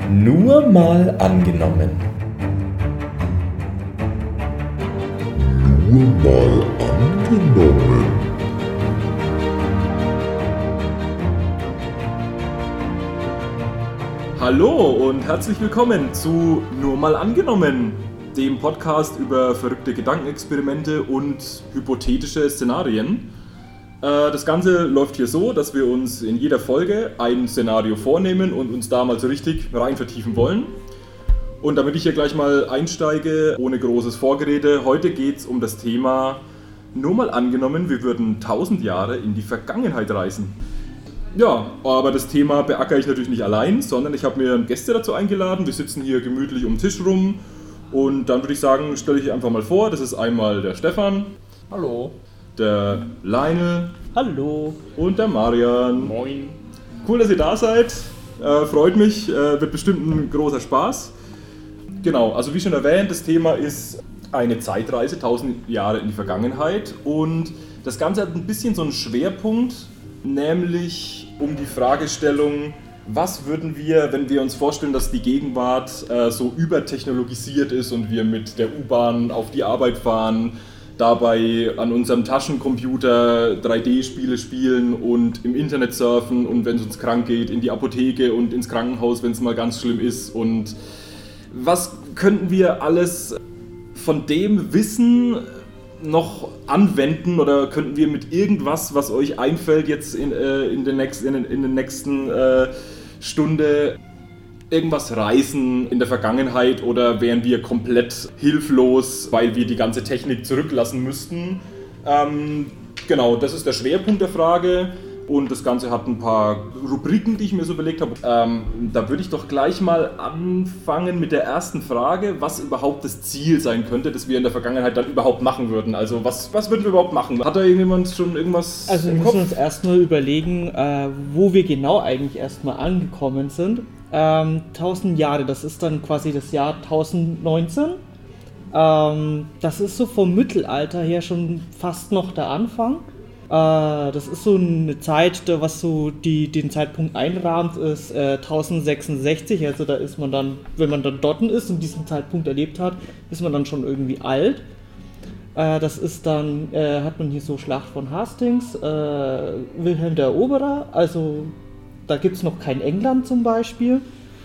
Nur mal angenommen. Nur mal angenommen. Hallo und herzlich willkommen zu Nur mal angenommen, dem Podcast über verrückte Gedankenexperimente und hypothetische Szenarien. Das Ganze läuft hier so, dass wir uns in jeder Folge ein Szenario vornehmen und uns da mal so richtig rein vertiefen wollen. Und damit ich hier gleich mal einsteige, ohne großes Vorgerede, heute geht es um das Thema Nur mal angenommen, wir würden 1000 Jahre in die Vergangenheit reisen. Ja, aber das Thema beackere ich natürlich nicht allein, sondern ich habe mir Gäste dazu eingeladen. Wir sitzen hier gemütlich um den Tisch rum und dann würde ich sagen, stelle ich einfach mal vor, das ist einmal der Stefan. Hallo. Der Lionel. Hallo. Und der Marian. Moin. Cool, dass ihr da seid. Freut mich, wird bestimmt ein großer Spaß. Genau, also wie schon erwähnt, das Thema ist eine Zeitreise, 1000 Jahre in die Vergangenheit. Und das Ganze hat ein bisschen so einen Schwerpunkt, nämlich um die Fragestellung, was würden wir, wenn wir uns vorstellen, dass die Gegenwart so übertechnologisiert ist und wir mit der U-Bahn auf die Arbeit fahren, dabei an unserem Taschencomputer 3D-Spiele spielen und im Internet surfen und wenn es uns krank geht, in die Apotheke und ins Krankenhaus, wenn es mal ganz schlimm ist. Und was könnten wir alles von dem Wissen noch anwenden oder könnten wir mit irgendwas, was euch einfällt jetzt in der nächsten Stunde, irgendwas reißen in der Vergangenheit oder wären wir komplett hilflos, weil wir die ganze Technik zurücklassen müssten? Genau, das ist der Schwerpunkt der Frage und das Ganze hat ein paar Rubriken, die ich mir so überlegt habe. Da würde ich doch gleich mal anfangen mit der ersten Frage, was überhaupt das Ziel sein könnte, das wir in der Vergangenheit dann überhaupt machen würden. Also was würden wir überhaupt machen? Hat da irgendjemand schon irgendwas Also wir im Kopf? müssen uns erstmal überlegen, wo wir genau eigentlich erstmal angekommen sind. 1000 Jahre, das ist dann quasi das Jahr 1019. Das ist so vom Mittelalter her schon fast noch der Anfang. Das ist so eine Zeit, was so den Zeitpunkt einrahmt, ist 1066. Also da ist man dann, wenn man dann dort ist und diesen Zeitpunkt erlebt hat, ist man dann schon irgendwie alt. Das ist dann, hat man hier so Schlacht von Hastings, Wilhelm der Eroberer, also da gibt es noch kein England zum Beispiel.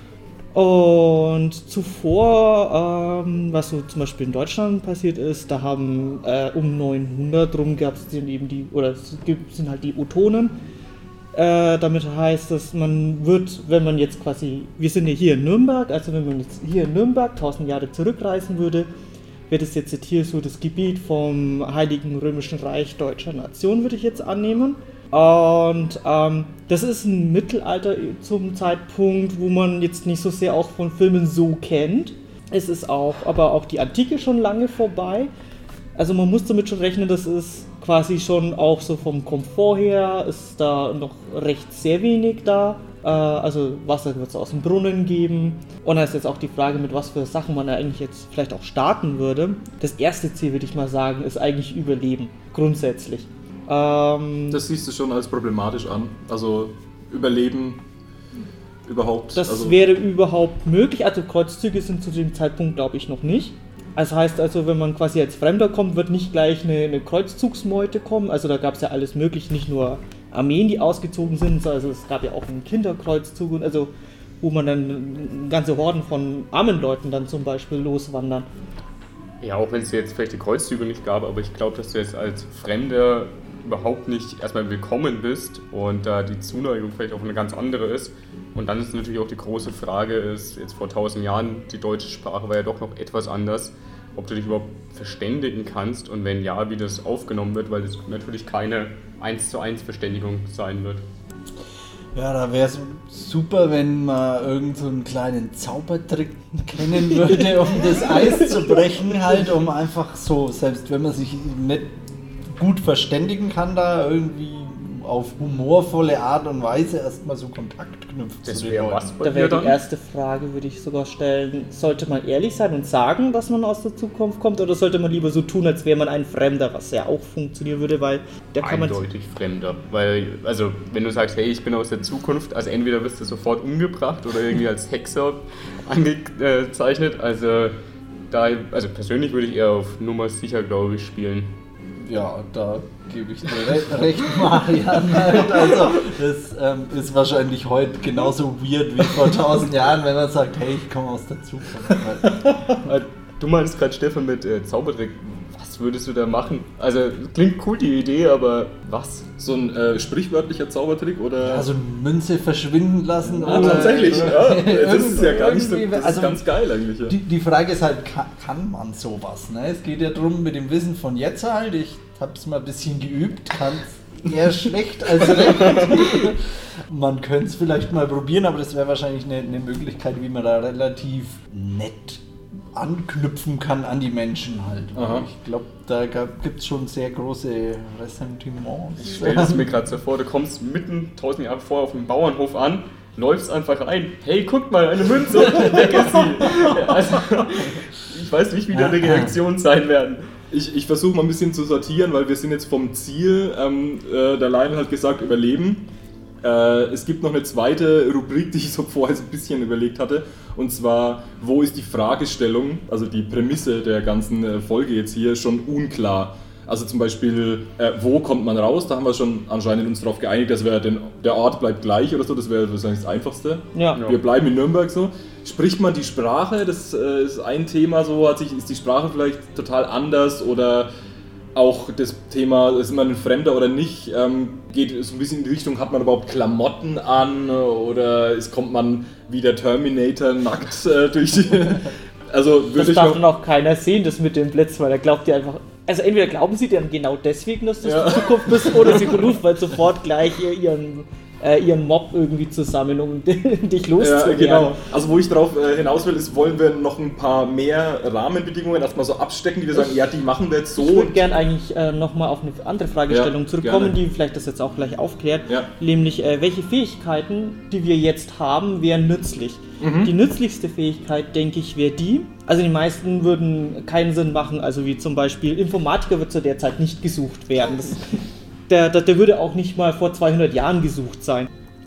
Und zuvor, was so zum Beispiel in Deutschland passiert ist, da haben um 900 rum gab es eben sind halt die Otonen. Damit heißt es, man wird, wenn man jetzt quasi, wir sind ja hier in Nürnberg, also wenn man jetzt hier in Nürnberg 1000 Jahre zurückreisen würde, wäre das jetzt hier so das Gebiet vom Heiligen Römischen Reich Deutscher Nation, würde ich jetzt annehmen. Und das ist ein Mittelalter zum Zeitpunkt, wo man jetzt nicht so sehr auch von Filmen so kennt. Es ist aber auch die Antike schon lange vorbei. Also man muss damit schon rechnen, das ist quasi schon auch so vom Komfort her, ist da noch recht sehr wenig da. Also Wasser wird es aus dem Brunnen geben. Und da ist jetzt auch die Frage, mit was für Sachen man eigentlich jetzt vielleicht auch starten würde. Das erste Ziel, würde ich mal sagen, ist eigentlich Überleben, grundsätzlich. Das siehst du schon als problematisch an. Also Überleben überhaupt. Das wäre überhaupt möglich. Also Kreuzzüge sind zu dem Zeitpunkt, glaube ich, noch nicht. Das heißt also, wenn man quasi als Fremder kommt, wird nicht gleich eine Kreuzzugsmeute kommen. Also da gab es ja alles mögliche, nicht nur Armeen, die ausgezogen sind. Also es gab ja auch einen Kinderkreuzzug, also wo man dann ganze Horden von armen Leuten dann zum Beispiel loswandern. Ja, auch wenn es jetzt vielleicht die Kreuzzüge nicht gab, aber ich glaube, dass du jetzt als Fremder überhaupt nicht erstmal willkommen bist und da die Zuneigung vielleicht auch eine ganz andere ist. Und dann ist natürlich auch die große Frage, ist jetzt vor 1000 Jahren, die deutsche Sprache war ja doch noch etwas anders, ob du dich überhaupt verständigen kannst und wenn ja, wie das aufgenommen wird, weil es natürlich keine 1:1 Verständigung sein wird. Ja, da wäre es super, wenn man irgend so einen kleinen Zaubertrick kennen würde, um das Eis zu brechen halt, um einfach so, selbst wenn man sich nicht gut verständigen kann, da irgendwie auf humorvolle Art und Weise erstmal so Kontakt knüpft. Das zu den wäre Leuten. was bei Da dir wäre die dann? erste Frage, würde ich sogar stellen, sollte man ehrlich sein und sagen, dass man aus der Zukunft kommt, oder sollte man lieber so tun, als wäre man ein Fremder, was ja auch funktionieren würde, weil da kann man... Eindeutig fremder. Weil, also, wenn du sagst, hey, ich bin aus der Zukunft, also entweder wirst du sofort umgebracht oder irgendwie als Hexer angezeichnet. Also persönlich würde ich eher auf Nummer sicher, glaube ich, spielen. Ja, da gebe ich dir recht, Marian. Halt. Also, das ist wahrscheinlich heute genauso weird wie vor 1000 Jahren, wenn man sagt, hey, ich komme aus der Zukunft. Halt. Du meinst gerade, Stefan, mit Zaubertrick. Was würdest du da machen? Also, klingt cool die Idee, aber was? So ein sprichwörtlicher Zaubertrick oder? Also Münze verschwinden lassen. Ah, oder tatsächlich, ja. Das ist ja gar nicht so, das also, ist ganz geil eigentlich. Ja. Die Frage ist halt, kann man sowas? Ne? Es geht ja darum, mit dem Wissen von jetzt halt, ich habe es mal ein bisschen geübt, kann es eher schlecht als recht. Man könnte es vielleicht mal probieren, aber das wäre wahrscheinlich eine Möglichkeit, wie man da relativ nett anknüpfen kann an die Menschen halt. Aha. Ich glaube, da gibt es schon sehr große Ressentiments. Ich stelle es mir gerade so vor, du kommst mitten 1000 Jahre vorher auf dem Bauernhof an, läufst einfach rein, hey, guck mal, eine Münze, weg ist sie. Also, ich weiß nicht, wie da die Reaktionen sein werden. Ich versuche mal ein bisschen zu sortieren, weil wir sind jetzt vom Ziel, der Lion hat gesagt, Überleben. Es gibt noch eine zweite Rubrik, die ich so vorher so ein bisschen überlegt hatte, und zwar, wo ist die Fragestellung, also die Prämisse der ganzen Folge jetzt hier, schon unklar. Also zum Beispiel, wo kommt man raus? Da haben wir schon anscheinend uns darauf geeinigt, dass der Ort bleibt gleich oder so, das wäre wahrscheinlich das Einfachste. Ja. Wir bleiben in Nürnberg so. Spricht man die Sprache? Das ist ein Thema so, ist die Sprache vielleicht total anders oder auch das Thema, ist man ein Fremder oder nicht, geht so ein bisschen in die Richtung, hat man überhaupt Klamotten an oder kommt man wie der Terminator nackt durch die... Also Das darf dann auch keiner sehen, das mit dem Blitz, weil er glaubt ja einfach... Also entweder glauben sie dann genau deswegen, dass das die Zukunft ist, oder sie rufen halt sofort gleich ihren Mob irgendwie zusammen, um dich loszuwerden. Ja, genau. Also wo ich darauf hinaus will, ist, wollen wir noch ein paar mehr Rahmenbedingungen erstmal so abstecken, die wir sagen, ja, die machen wir jetzt so. Ich würde gerne eigentlich nochmal auf eine andere Fragestellung zurückkommen, gerne. die vielleicht das jetzt auch gleich aufklärt. Ja. Nämlich, welche Fähigkeiten, die wir jetzt haben, wären nützlich? Die nützlichste Fähigkeit, denke ich, wäre die. Also die meisten würden keinen Sinn machen, also wie zum Beispiel Informatiker wird zu der Zeit nicht gesucht werden. Der würde auch nicht mal vor 200 Jahren gesucht sein.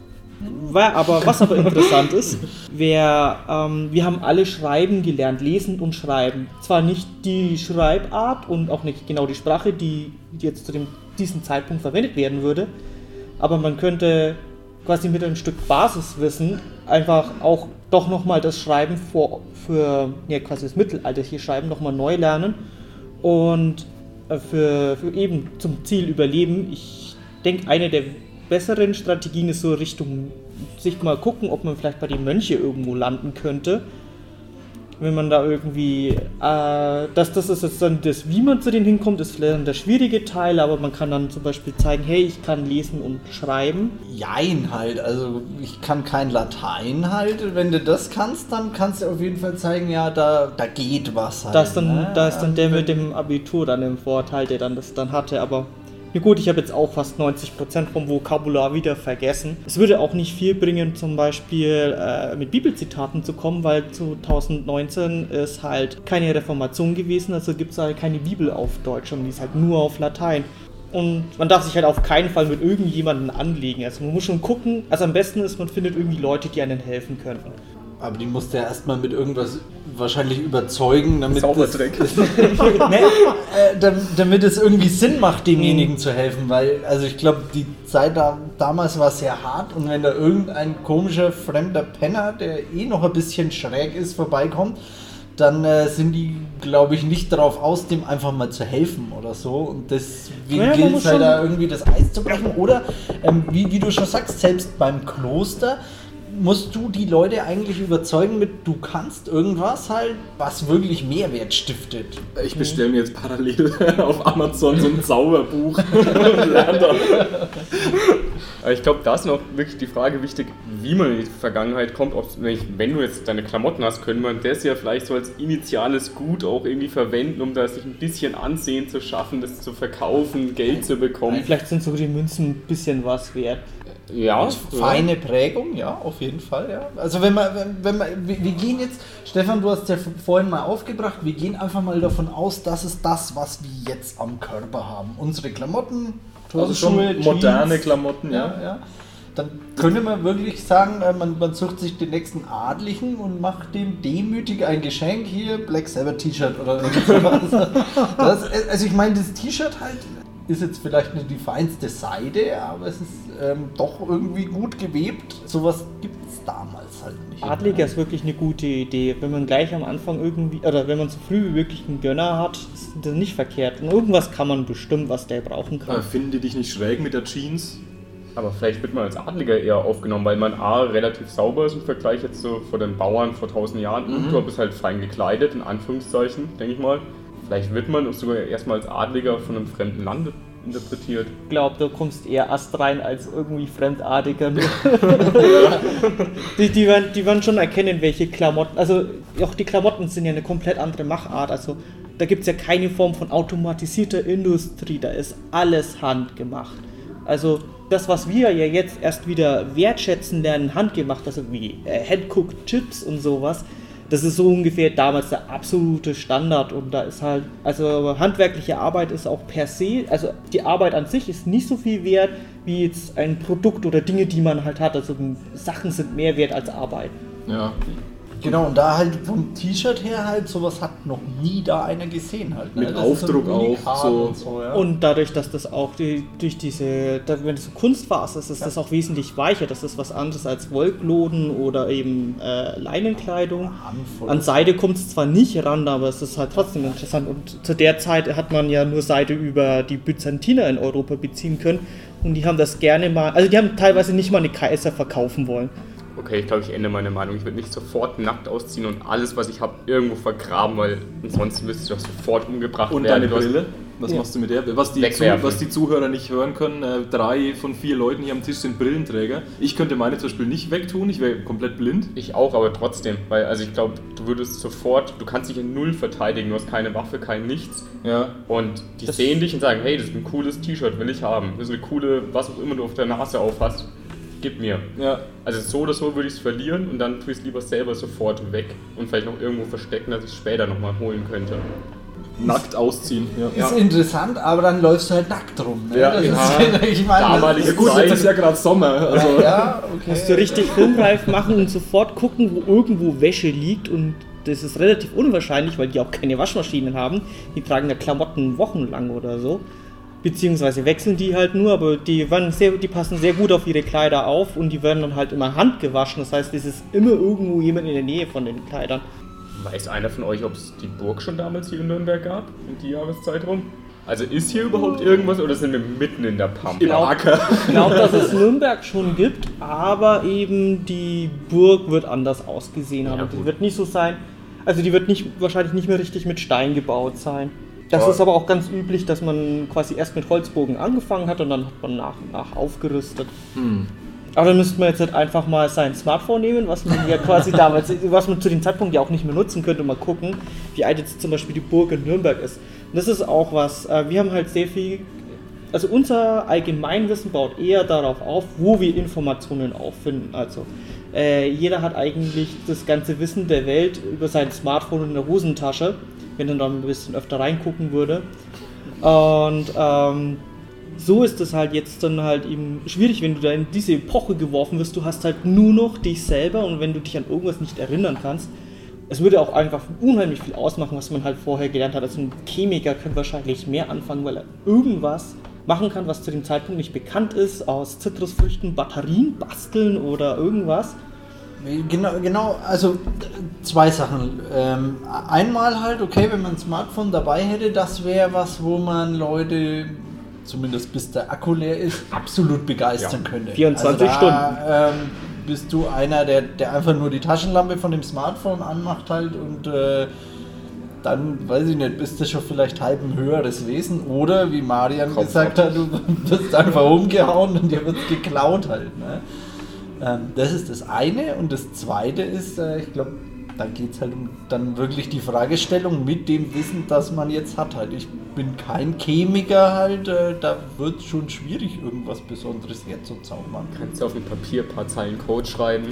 Was aber interessant ist, wir haben alle Schreiben gelernt, lesen und schreiben. Zwar nicht die Schreibart und auch nicht genau die Sprache, die jetzt zu diesem Zeitpunkt verwendet werden würde, aber man könnte quasi mit einem Stück Basiswissen einfach auch doch nochmal das Schreiben für quasi das mittelalterliche Schreiben nochmal neu lernen und für eben zum Ziel Überleben. Ich denke, eine der besseren Strategien ist so Richtung sich mal gucken, ob man vielleicht bei den Mönchen irgendwo landen könnte. Wenn man da irgendwie, das ist jetzt dann das, wie man zu denen hinkommt, ist vielleicht dann der schwierige Teil, aber man kann dann zum Beispiel zeigen, hey, ich kann lesen und schreiben. Jein halt, also ich kann kein Latein halt, wenn du das kannst, dann kannst du auf jeden Fall zeigen, ja, da geht was halt. Da ist dann der mit dem Abitur dann im Vorteil, der dann das dann hatte, aber ja gut, ich habe jetzt auch fast 90% vom Vokabular wieder vergessen. Es würde auch nicht viel bringen, zum Beispiel mit Bibelzitaten zu kommen, weil 2019 ist halt keine Reformation gewesen, also gibt es halt keine Bibel auf Deutsch und die ist halt nur auf Latein. Und man darf sich halt auf keinen Fall mit irgendjemandem anlegen. Also man muss schon gucken, also am besten ist, man findet irgendwie Leute, die einem helfen könnten. Aber die musst du ja erstmal mit irgendwas wahrscheinlich überzeugen, damit damit es irgendwie Sinn macht, demjenigen zu helfen, weil, also ich glaube, die Zeit damals war sehr hart und wenn da irgendein komischer, fremder Penner, der noch ein bisschen schräg ist, vorbeikommt, dann sind die, glaube ich, nicht darauf aus, dem einfach mal zu helfen oder so. Und deswegen gilt es halt da irgendwie das Eis zu brechen. Oder, wie du schon sagst, selbst beim Kloster musst du die Leute eigentlich überzeugen mit, du kannst irgendwas halt, was wirklich Mehrwert stiftet. Ich bestelle mir jetzt parallel auf Amazon so ein Zauberbuch und lerne dann. Aber ich glaube, da ist noch wirklich die Frage wichtig, wie man in die Vergangenheit kommt. Wenn du jetzt deine Klamotten hast, könnte man das ja vielleicht so als initiales Gut auch irgendwie verwenden, um da sich ein bisschen Ansehen zu schaffen, das zu verkaufen, Geld zu bekommen. Vielleicht sind sogar die Münzen ein bisschen was wert. Ja, Feine Prägung, ja, auf jeden Fall, ja. Also wenn wir gehen jetzt, Stefan, du hast ja vorhin mal aufgebracht, wir gehen einfach mal davon aus, das ist das, was wir jetzt am Körper haben. Unsere Klamotten, Also schon Jeans, moderne Klamotten, ja. Dann könnte man wirklich sagen, man sucht sich den nächsten Adligen und macht dem demütig ein Geschenk, hier Black Sabbath T-Shirt oder irgendwas. Also ich meine, das T-Shirt halt ist jetzt vielleicht nicht die feinste Seide, aber es ist doch irgendwie gut gewebt. Sowas gibt es damals halt nicht. Adliger ist wirklich eine gute Idee. Wenn man gleich am Anfang irgendwie, oder wenn man so früh wie möglich einen Gönner hat, ist das nicht verkehrt. Und irgendwas kann man bestimmt, was der brauchen kann. Finde dich nicht schräg mit der Jeans? Aber vielleicht wird man als Adliger eher aufgenommen, weil man A, relativ sauber ist im Vergleich jetzt so vor den Bauern vor 1000 Jahren und du bist halt fein gekleidet, in Anführungszeichen, denke ich mal. Vielleicht wird man sogar erstmal als Adliger von einem fremden Land interpretiert. Ich glaube, du kommst eher astrein als irgendwie Fremdartiger. die werden schon erkennen, welche Klamotten, also auch die Klamotten sind ja eine komplett andere Machart, also da gibt es ja keine Form von automatisierter Industrie, da ist alles handgemacht. Also das, was wir ja jetzt erst wieder wertschätzen lernen, handgemacht, also wie Hand-Cooked Chips und sowas, das ist so ungefähr damals der absolute Standard und da ist halt, also handwerkliche Arbeit ist auch per se, also die Arbeit an sich ist nicht so viel wert wie jetzt ein Produkt oder Dinge, die man halt hat, also Sachen sind mehr wert als Arbeit. Ja. Genau, und da halt vom T-Shirt her halt, sowas hat noch nie da einer gesehen halt. Ne? Mit Aufdruck auch. So, ja. Und dadurch, dass das auch durch diese, wenn es so Kunstfaser ist, ist das auch wesentlich weicher. Das ist was anderes als Wollkloden oder eben Leinenkleidung. An Seide kommt es zwar nicht ran, aber es ist halt trotzdem interessant. Und zu der Zeit hat man ja nur Seide über die Byzantiner in Europa beziehen können. Und die haben das gerne mal, also die haben teilweise nicht mal eine Kaiser verkaufen wollen. Okay, ich glaube, ich ändere meine Meinung. Ich würde nicht sofort nackt ausziehen und alles, was ich habe, irgendwo vergraben, weil ansonsten wirst du doch sofort umgebracht und werden. Und deine Brille? Was machst du mit der? Was die Zuhörer nicht hören können, 3 von 4 Leuten hier am Tisch sind Brillenträger. Ich könnte meine zum Beispiel nicht wegtun, ich wäre komplett blind. Ich auch, aber trotzdem, weil also ich glaube, du würdest sofort, du kannst dich in null verteidigen, du hast keine Waffe, kein Nichts. Ja. Und die sehen dich und sagen, hey, das ist ein cooles T-Shirt, will ich haben. Das ist eine coole, was auch immer du auf der Nase auf hast. Gib mir. Ja. Also so oder so würde ich es verlieren und dann tue ich es lieber selber sofort weg und vielleicht noch irgendwo verstecken, dass ich es später nochmal holen könnte. Nackt ausziehen. Ja. Ist interessant, aber dann läufst du halt nackt rum. Ne? Ja, ich meine, damalige gut, jetzt ist ja gerade Sommer. Also. Ja, okay. Musst du richtig filmreif machen und sofort gucken, wo irgendwo Wäsche liegt und das ist relativ unwahrscheinlich, weil die auch keine Waschmaschinen haben. Die tragen da Klamotten wochenlang oder so. Beziehungsweise wechseln die halt nur, aber die passen sehr gut auf ihre Kleider auf und die werden dann halt immer handgewaschen. Das heißt, es ist immer irgendwo jemand in der Nähe von den Kleidern. Weiß einer von euch, ob es die Burg schon damals hier in Nürnberg gab, in die Jahreszeit rum? Also ist hier überhaupt irgendwas oder sind wir mitten in der Pampa? Ich glaube, dass es Nürnberg schon gibt, aber eben die Burg wird anders ausgesehen haben. Die wird nicht so sein, also die wird wahrscheinlich nicht mehr richtig mit Stein gebaut sein. Das ist aber auch ganz üblich, dass man quasi erst mit Holzbogen angefangen hat und dann hat man nach und nach aufgerüstet. Aber dann müsste man jetzt halt einfach mal sein Smartphone nehmen, was man ja quasi damals, was man zu dem Zeitpunkt ja auch nicht mehr nutzen könnte, und mal gucken, wie alt jetzt zum Beispiel die Burg in Nürnberg ist. Und das ist auch was, wir haben halt sehr viel, also unser Allgemeinwissen baut eher darauf auf, wo wir Informationen auffinden. Also jeder hat eigentlich das ganze Wissen der Welt über sein Smartphone in der Hosentasche, wenn er dann ein bisschen öfter reingucken würde. Und so ist es halt jetzt dann halt eben schwierig, wenn du da in diese Epoche geworfen wirst. Du hast halt nur noch dich selber und wenn du dich an irgendwas nicht erinnern kannst, es würde auch einfach unheimlich viel ausmachen, was man halt vorher gelernt hat. Also ein Chemiker könnte wahrscheinlich mehr anfangen, weil er irgendwas machen kann, was zu dem Zeitpunkt nicht bekannt ist, aus Zitrusfrüchten Batterien basteln oder irgendwas. Genau, also 2 Sachen. Einmal halt, okay, wenn man ein Smartphone dabei hätte, das wäre was, wo man Leute, zumindest bis der Akku leer ist, absolut begeistern könnte. 24 also Stunden. Bist du einer, der einfach nur die Taschenlampe von dem Smartphone anmacht halt und dann, weiß ich nicht, bist du schon vielleicht halb ein höheres Wesen oder, wie Marian gesagt hat, du wirst einfach umgehauen und dir wird geklaut halt. Ne? Das ist das eine und das zweite ist, ich glaube, da geht es halt um dann wirklich die Fragestellung mit dem Wissen, das man jetzt hat halt. Ich bin kein Chemiker halt, da wird es schon schwierig, irgendwas Besonderes herzuzaubern. Kannst du auf dem Papier ein paar Zeilen Code schreiben?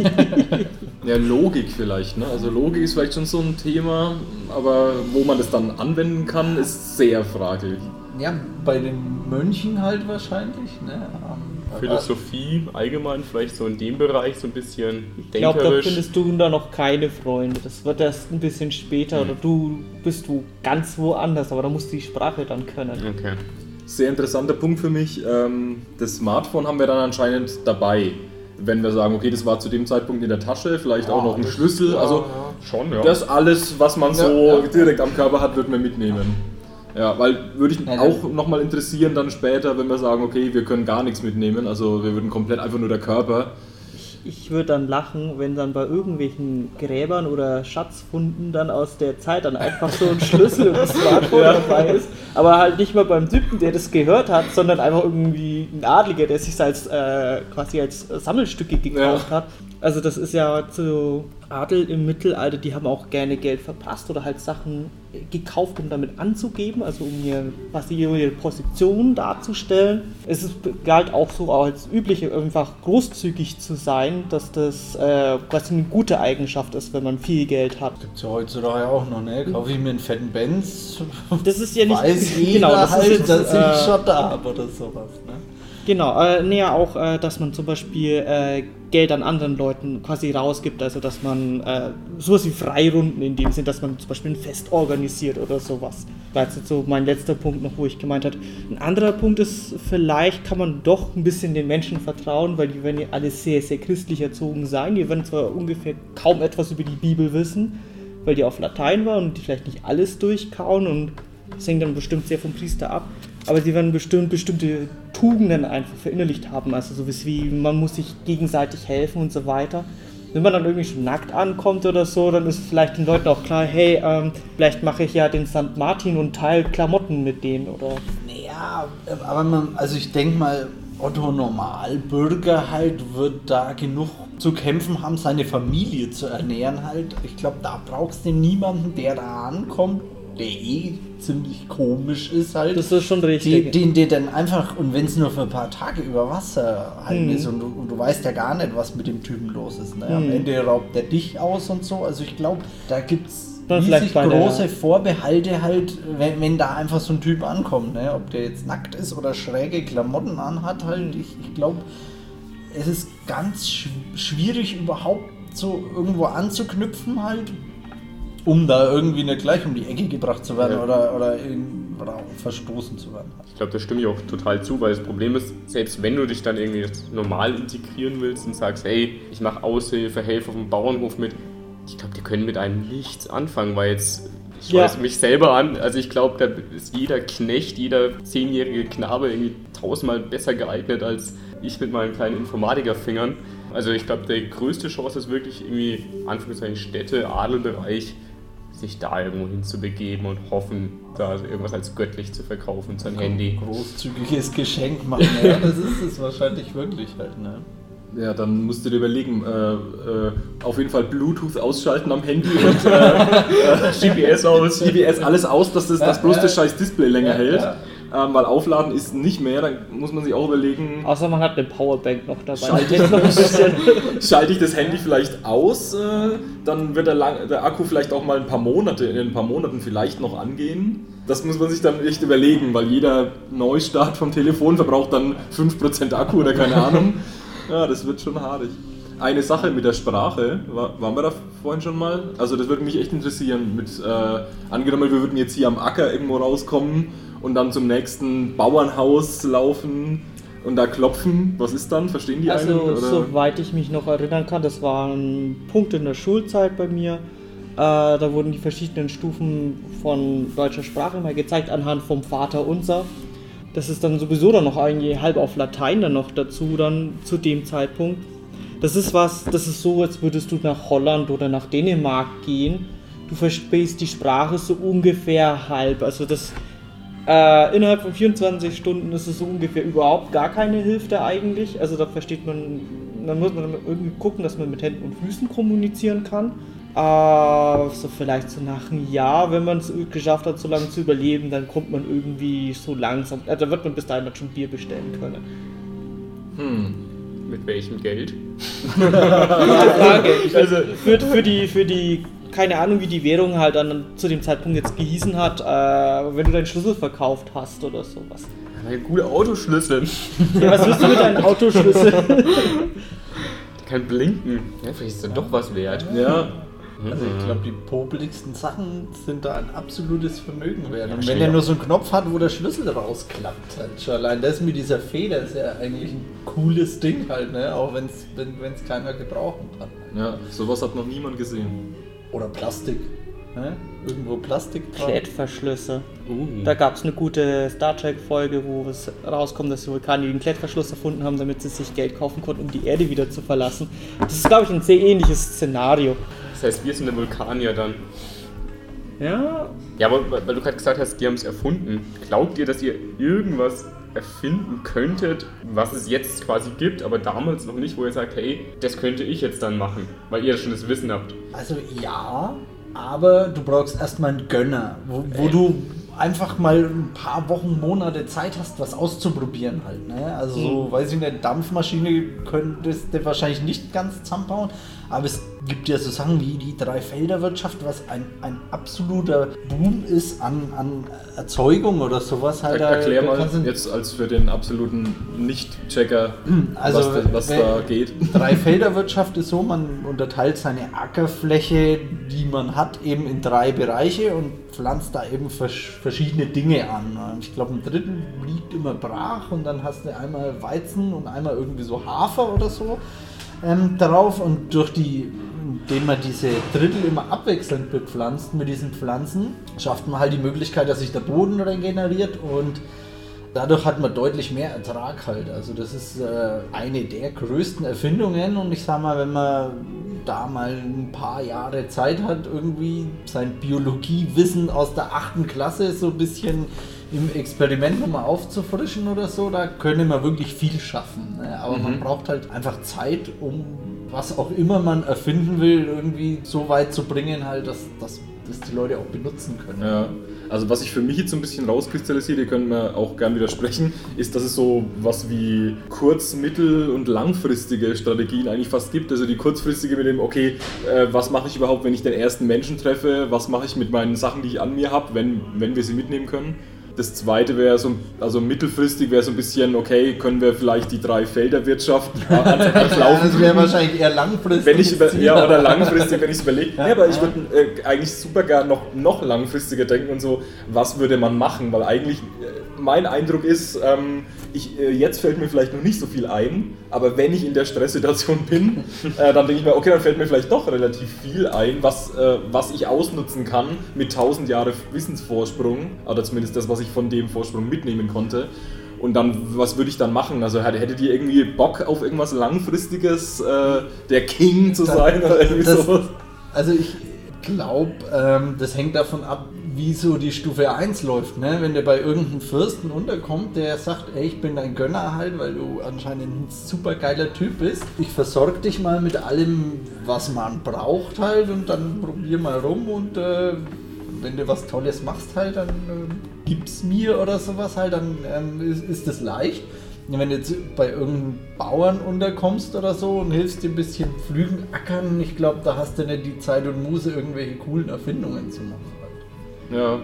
Ja, Logik vielleicht, ne? Also Logik ist vielleicht schon so ein Thema, aber wo man das dann anwenden kann, ist sehr fraglich. Ja, bei den Mönchen halt wahrscheinlich, ne? Philosophie allgemein, vielleicht so in dem Bereich so ein bisschen Ich glaube, da denkerisch. findest du da noch keine Freunde. Das wird erst ein bisschen später oder du bist ganz woanders, aber da musst du die Sprache dann können. Okay. Sehr interessanter Punkt für mich. Das Smartphone haben wir dann anscheinend dabei. Wenn wir sagen, okay, das war zu dem Zeitpunkt in der Tasche, vielleicht auch noch ein Schlüssel. Also Schon, ja. das alles, was man so direkt am Körper hat, wird man mitnehmen. Ja, weil würde ich auch nochmal interessieren dann später, wenn wir sagen, okay, wir können gar nichts mitnehmen, also wir würden komplett einfach nur der Körper. Ich würde dann lachen, wenn dann bei irgendwelchen Gräbern oder Schatzfunden dann aus der Zeit dann einfach so ein Schlüssel oder Smartphone dabei ist, aber halt nicht mal beim Typen, der das gehört hat, sondern einfach irgendwie ein Adliger, der sich als quasi als Sammelstücke gekauft hat. Also das ist ja zu Adel im Mittelalter, die haben auch gerne Geld verprasst oder halt Sachen gekauft, um damit anzugeben, also um ihre Position darzustellen. Es galt auch so als üblich, einfach großzügig zu sein, dass das quasi eine gute Eigenschaft ist, wenn man viel Geld hat. Gibt's ja heutzutage auch noch, ne? Kaufe ich mir einen fetten Benz, Das ist ja nicht weiß jeder genau, das halt, ist jetzt, dass ich schon da habe oder sowas, ne? Genau, auch, dass man zum Beispiel Geld an anderen Leuten quasi rausgibt, also dass man sowas wie Freirunden in dem Sinn, dass man zum Beispiel ein Fest organisiert oder sowas. Das war jetzt so mein letzter Punkt noch, wo ich gemeint habe. Ein anderer Punkt ist, vielleicht kann man doch ein bisschen den Menschen vertrauen, weil die werden ja alle sehr, sehr christlich erzogen sein. Die werden zwar ungefähr kaum etwas über die Bibel wissen, weil die auf Latein war und die vielleicht nicht alles durchkauen und das hängt dann bestimmt sehr vom Priester ab. Aber sie werden bestimmte Tugenden einfach verinnerlicht haben, also sowas wie, man muss sich gegenseitig helfen und so weiter. Wenn man dann irgendwie schon nackt ankommt oder so, dann ist vielleicht den Leuten auch klar, hey, vielleicht mache ich ja den St. Martin und teile Klamotten mit denen, oder? Naja, aber also ich denke mal, Otto Normalbürger halt wird da genug zu kämpfen haben, seine Familie zu ernähren halt. Ich glaube, da brauchst du niemanden, der da ankommt, der ziemlich komisch ist halt. Das ist schon richtig. Den dann einfach, und wenn es nur für ein paar Tage über Wasser halt ist und du weißt ja gar nicht, was mit dem Typen los ist. Ne? Am Ende raubt der dich aus und so. Also ich glaube, da gibt es riesig große Vorbehalte halt, wenn da einfach so ein Typ ankommt. Ne? Ob der jetzt nackt ist oder schräge Klamotten anhat halt. Ich glaube, es ist ganz schwierig überhaupt so irgendwo anzuknüpfen halt, um da irgendwie nicht gleich um die Ecke gebracht zu werden oder auch verstoßen zu werden. Ich glaube, da stimme ich auch total zu, weil das Problem ist, selbst wenn du dich dann irgendwie normal integrieren willst und sagst, hey, ich mache Aushilfe, helfe auf dem Bauernhof mit, ich glaube, die können mit einem nichts anfangen, weil jetzt, ich weise mich selber an, also ich glaube, da ist jeder Knecht, jeder 10-jährige Knabe irgendwie 1000-mal besser geeignet als ich mit meinen kleinen Informatikerfingern. Also ich glaube, die größte Chance ist wirklich irgendwie, Anführungszeichen, Städte, Adelbereich, sich da irgendwo hinzubegeben und hoffen, da irgendwas als göttlich zu verkaufen, sein Handy. Großzügiges Geschenk machen, ja, das ist es wahrscheinlich wirklich halt, ne? Ja, dann musst du dir überlegen, auf jeden Fall Bluetooth ausschalten am Handy und GPS aus. GPS, alles aus, dass das bloß das scheiß Display länger hält. Weil aufladen ist nicht mehr, dann muss man sich auch überlegen. Außer man hat eine Powerbank noch dabei. Schalte ich das Handy vielleicht aus, dann wird der Akku vielleicht auch mal in ein paar Monaten vielleicht noch angehen. Das muss man sich dann echt überlegen, weil jeder Neustart vom Telefon verbraucht dann 5% Akku oder keine Ahnung. Ja, das wird schon haarig. Eine Sache mit der Sprache, waren wir da vorhin schon mal? Also das würde mich echt interessieren. Angenommen, wir würden jetzt hier am Acker irgendwo rauskommen und dann zum nächsten Bauernhaus laufen und da klopfen. Was ist dann? Verstehen die einen? Also soweit ich mich noch erinnern kann, das war ein Punkt in der Schulzeit bei mir. Da wurden die verschiedenen Stufen von deutscher Sprache mal gezeigt anhand vom Vaterunser. Das ist dann sowieso dann noch eigentlich halb auf Latein dann noch dazu, dann zu dem Zeitpunkt. Das ist so, als würdest du nach Holland oder nach Dänemark gehen. Du verstehst die Sprache so ungefähr halb. Also innerhalb von 24 Stunden ist es so ungefähr überhaupt gar keine Hilfe eigentlich. Also da versteht man, dann muss man irgendwie gucken, dass man mit Händen und Füßen kommunizieren kann. So vielleicht so nach einem Jahr, wenn man es geschafft hat, so lange zu überleben, dann kommt man irgendwie so langsam, da wird man bis dahin dann schon Bier bestellen können. Mit welchem Geld? Gute Frage. Für die, keine Ahnung, wie die Währung halt dann zu dem Zeitpunkt jetzt gehießen hat, wenn du deinen Schlüssel verkauft hast oder sowas. Ja, gute Autoschlüssel. Ja, was willst du mit deinem Autoschlüssel? Die kann blinken. Ja, vielleicht ist dann doch was wert. Ja. Also ich glaube, die popeligsten Sachen sind da ein absolutes Vermögen wert. Und wenn er nur so einen Knopf hat, wo der Schlüssel rausklappt, halt schon allein das mit dieser Feder ist ja eigentlich ein cooles Ding halt, ne? Auch wenn es keiner gebrauchen kann. Ja, sowas hat noch niemand gesehen. Oder Plastik. Ne? Irgendwo Plastik drauf. Klettverschlüsse. Da gab es eine gute Star Trek-Folge, wo es rauskommt, dass die Vulkanier den Klettverschluss erfunden haben, damit sie sich Geld kaufen konnten, um die Erde wieder zu verlassen. Das ist, glaube ich, ein sehr ähnliches Szenario. Das heißt, wir sind der Vulkanier dann. Ja. Ja, aber weil du gerade gesagt hast, die haben es erfunden. Glaubt ihr, dass ihr irgendwas erfinden könntet, was es jetzt quasi gibt, aber damals noch nicht, wo ihr sagt, hey, das könnte ich jetzt dann machen, weil ihr schon das Wissen habt? Also ja, aber du brauchst erstmal einen Gönner, wo du einfach mal ein paar Wochen, Monate Zeit hast, was auszuprobieren halt. Ne? Also so, weiß ich nicht, Dampfmaschine könntest du wahrscheinlich nicht ganz zusammenbauen, aber es gibt ja so Sachen wie die Dreifelderwirtschaft, was ein absoluter Boom ist an Erzeugung oder sowas. Halt. Erklär mal jetzt als für den absoluten Nicht-Checker, also, was da geht. Dreifelderwirtschaft ist so, man unterteilt seine Ackerfläche, die man hat, eben in 3 Bereiche und pflanzt da eben verschiedene Dinge an. Ich glaube, ein Drittel liegt immer brach und dann hast du einmal Weizen und einmal irgendwie so Hafer oder so drauf, und indem man diese Drittel immer abwechselnd bepflanzt mit diesen Pflanzen, schafft man halt die Möglichkeit, dass sich der Boden regeneriert und dadurch hat man deutlich mehr Ertrag halt. Also das ist eine der größten Erfindungen, und ich sag mal, wenn man da mal ein paar Jahre Zeit hat, irgendwie sein Biologiewissen aus der 8. Klasse so ein bisschen im Experiment nochmal aufzufrischen oder so, da könnte man wirklich viel schaffen. Ne? Aber man braucht halt einfach Zeit, um was auch immer man erfinden will, irgendwie so weit zu bringen, halt, dass die Leute auch benutzen können. Ja, also was sich für mich jetzt so ein bisschen rauskristallisiert, ihr könnt mir auch gern widersprechen, ist, dass es so was wie kurz-, mittel- und langfristige Strategien eigentlich fast gibt. Also die kurzfristige mit dem, okay, was mache ich überhaupt, wenn ich den ersten Menschen treffe, was mache ich mit meinen Sachen, die ich an mir habe, wenn wir sie mitnehmen können. Das zweite wäre so, also mittelfristig wäre so ein bisschen, okay, können wir vielleicht die Dreifelderwirtschaft laufen. Das wäre wahrscheinlich eher langfristig. Oder langfristig, wenn ich es überlege. Ja, aber ich würde eigentlich super gern noch langfristiger denken und so, was würde man machen? Weil eigentlich mein Eindruck ist, jetzt fällt mir vielleicht noch nicht so viel ein, aber wenn ich in der Stresssituation bin, dann denke ich mir, okay, dann fällt mir vielleicht doch relativ viel ein, was ich ausnutzen kann mit 1000 Jahre Wissensvorsprung, oder zumindest das, was ich von dem Vorsprung mitnehmen konnte. Und dann, was würde ich dann machen? Also hättet ihr irgendwie Bock auf irgendwas Langfristiges, der King zu sein oder irgendwie sowas? Also ich glaube, das hängt davon ab, wie so die Stufe 1 läuft. Ne? Wenn der bei irgendeinem Fürsten unterkommt, der sagt, ey, ich bin dein Gönner halt, weil du anscheinend ein super geiler Typ bist. Ich versorge dich mal mit allem, was man braucht halt, und dann probier mal rum, und wenn du was Tolles machst halt, dann gib's mir oder sowas halt, dann ist das leicht. Und wenn du jetzt bei irgendeinem Bauern unterkommst oder so und hilfst dir ein bisschen pflügen, ackern, ich glaube, da hast du nicht die Zeit und Muße, irgendwelche coolen Erfindungen zu machen halt. Ja.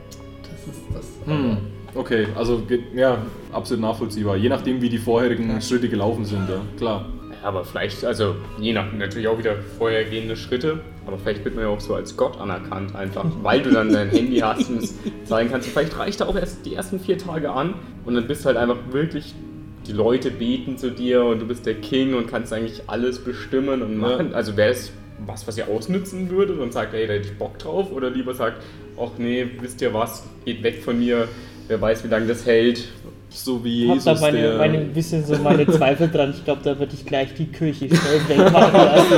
Das ist das. Okay, also ja, absolut nachvollziehbar. Je nachdem, wie die vorherigen Schritte gelaufen sind, ja, klar. Ja, aber vielleicht, also je nach natürlich auch wieder vorhergehende Schritte, aber vielleicht wird man ja auch so als Gott anerkannt einfach, weil du dann dein Handy hast und es zeigen kannst. Vielleicht reicht da auch erst die ersten 4 Tage an und dann bist du halt einfach wirklich, die Leute beten zu dir und du bist der King und kannst eigentlich alles bestimmen und machen. Ja. Also wäre es was ihr ausnützen würdet und sagt, ey, da hätte ich Bock drauf, oder lieber sagt, ach nee, wisst ihr was, geht weg von mir, wer weiß, wie lange das hält. So wie Jesus, ich habe da ein bisschen so meine Zweifel dran. Ich glaube, da würde ich gleich die Kirche schnell wegmachen lassen.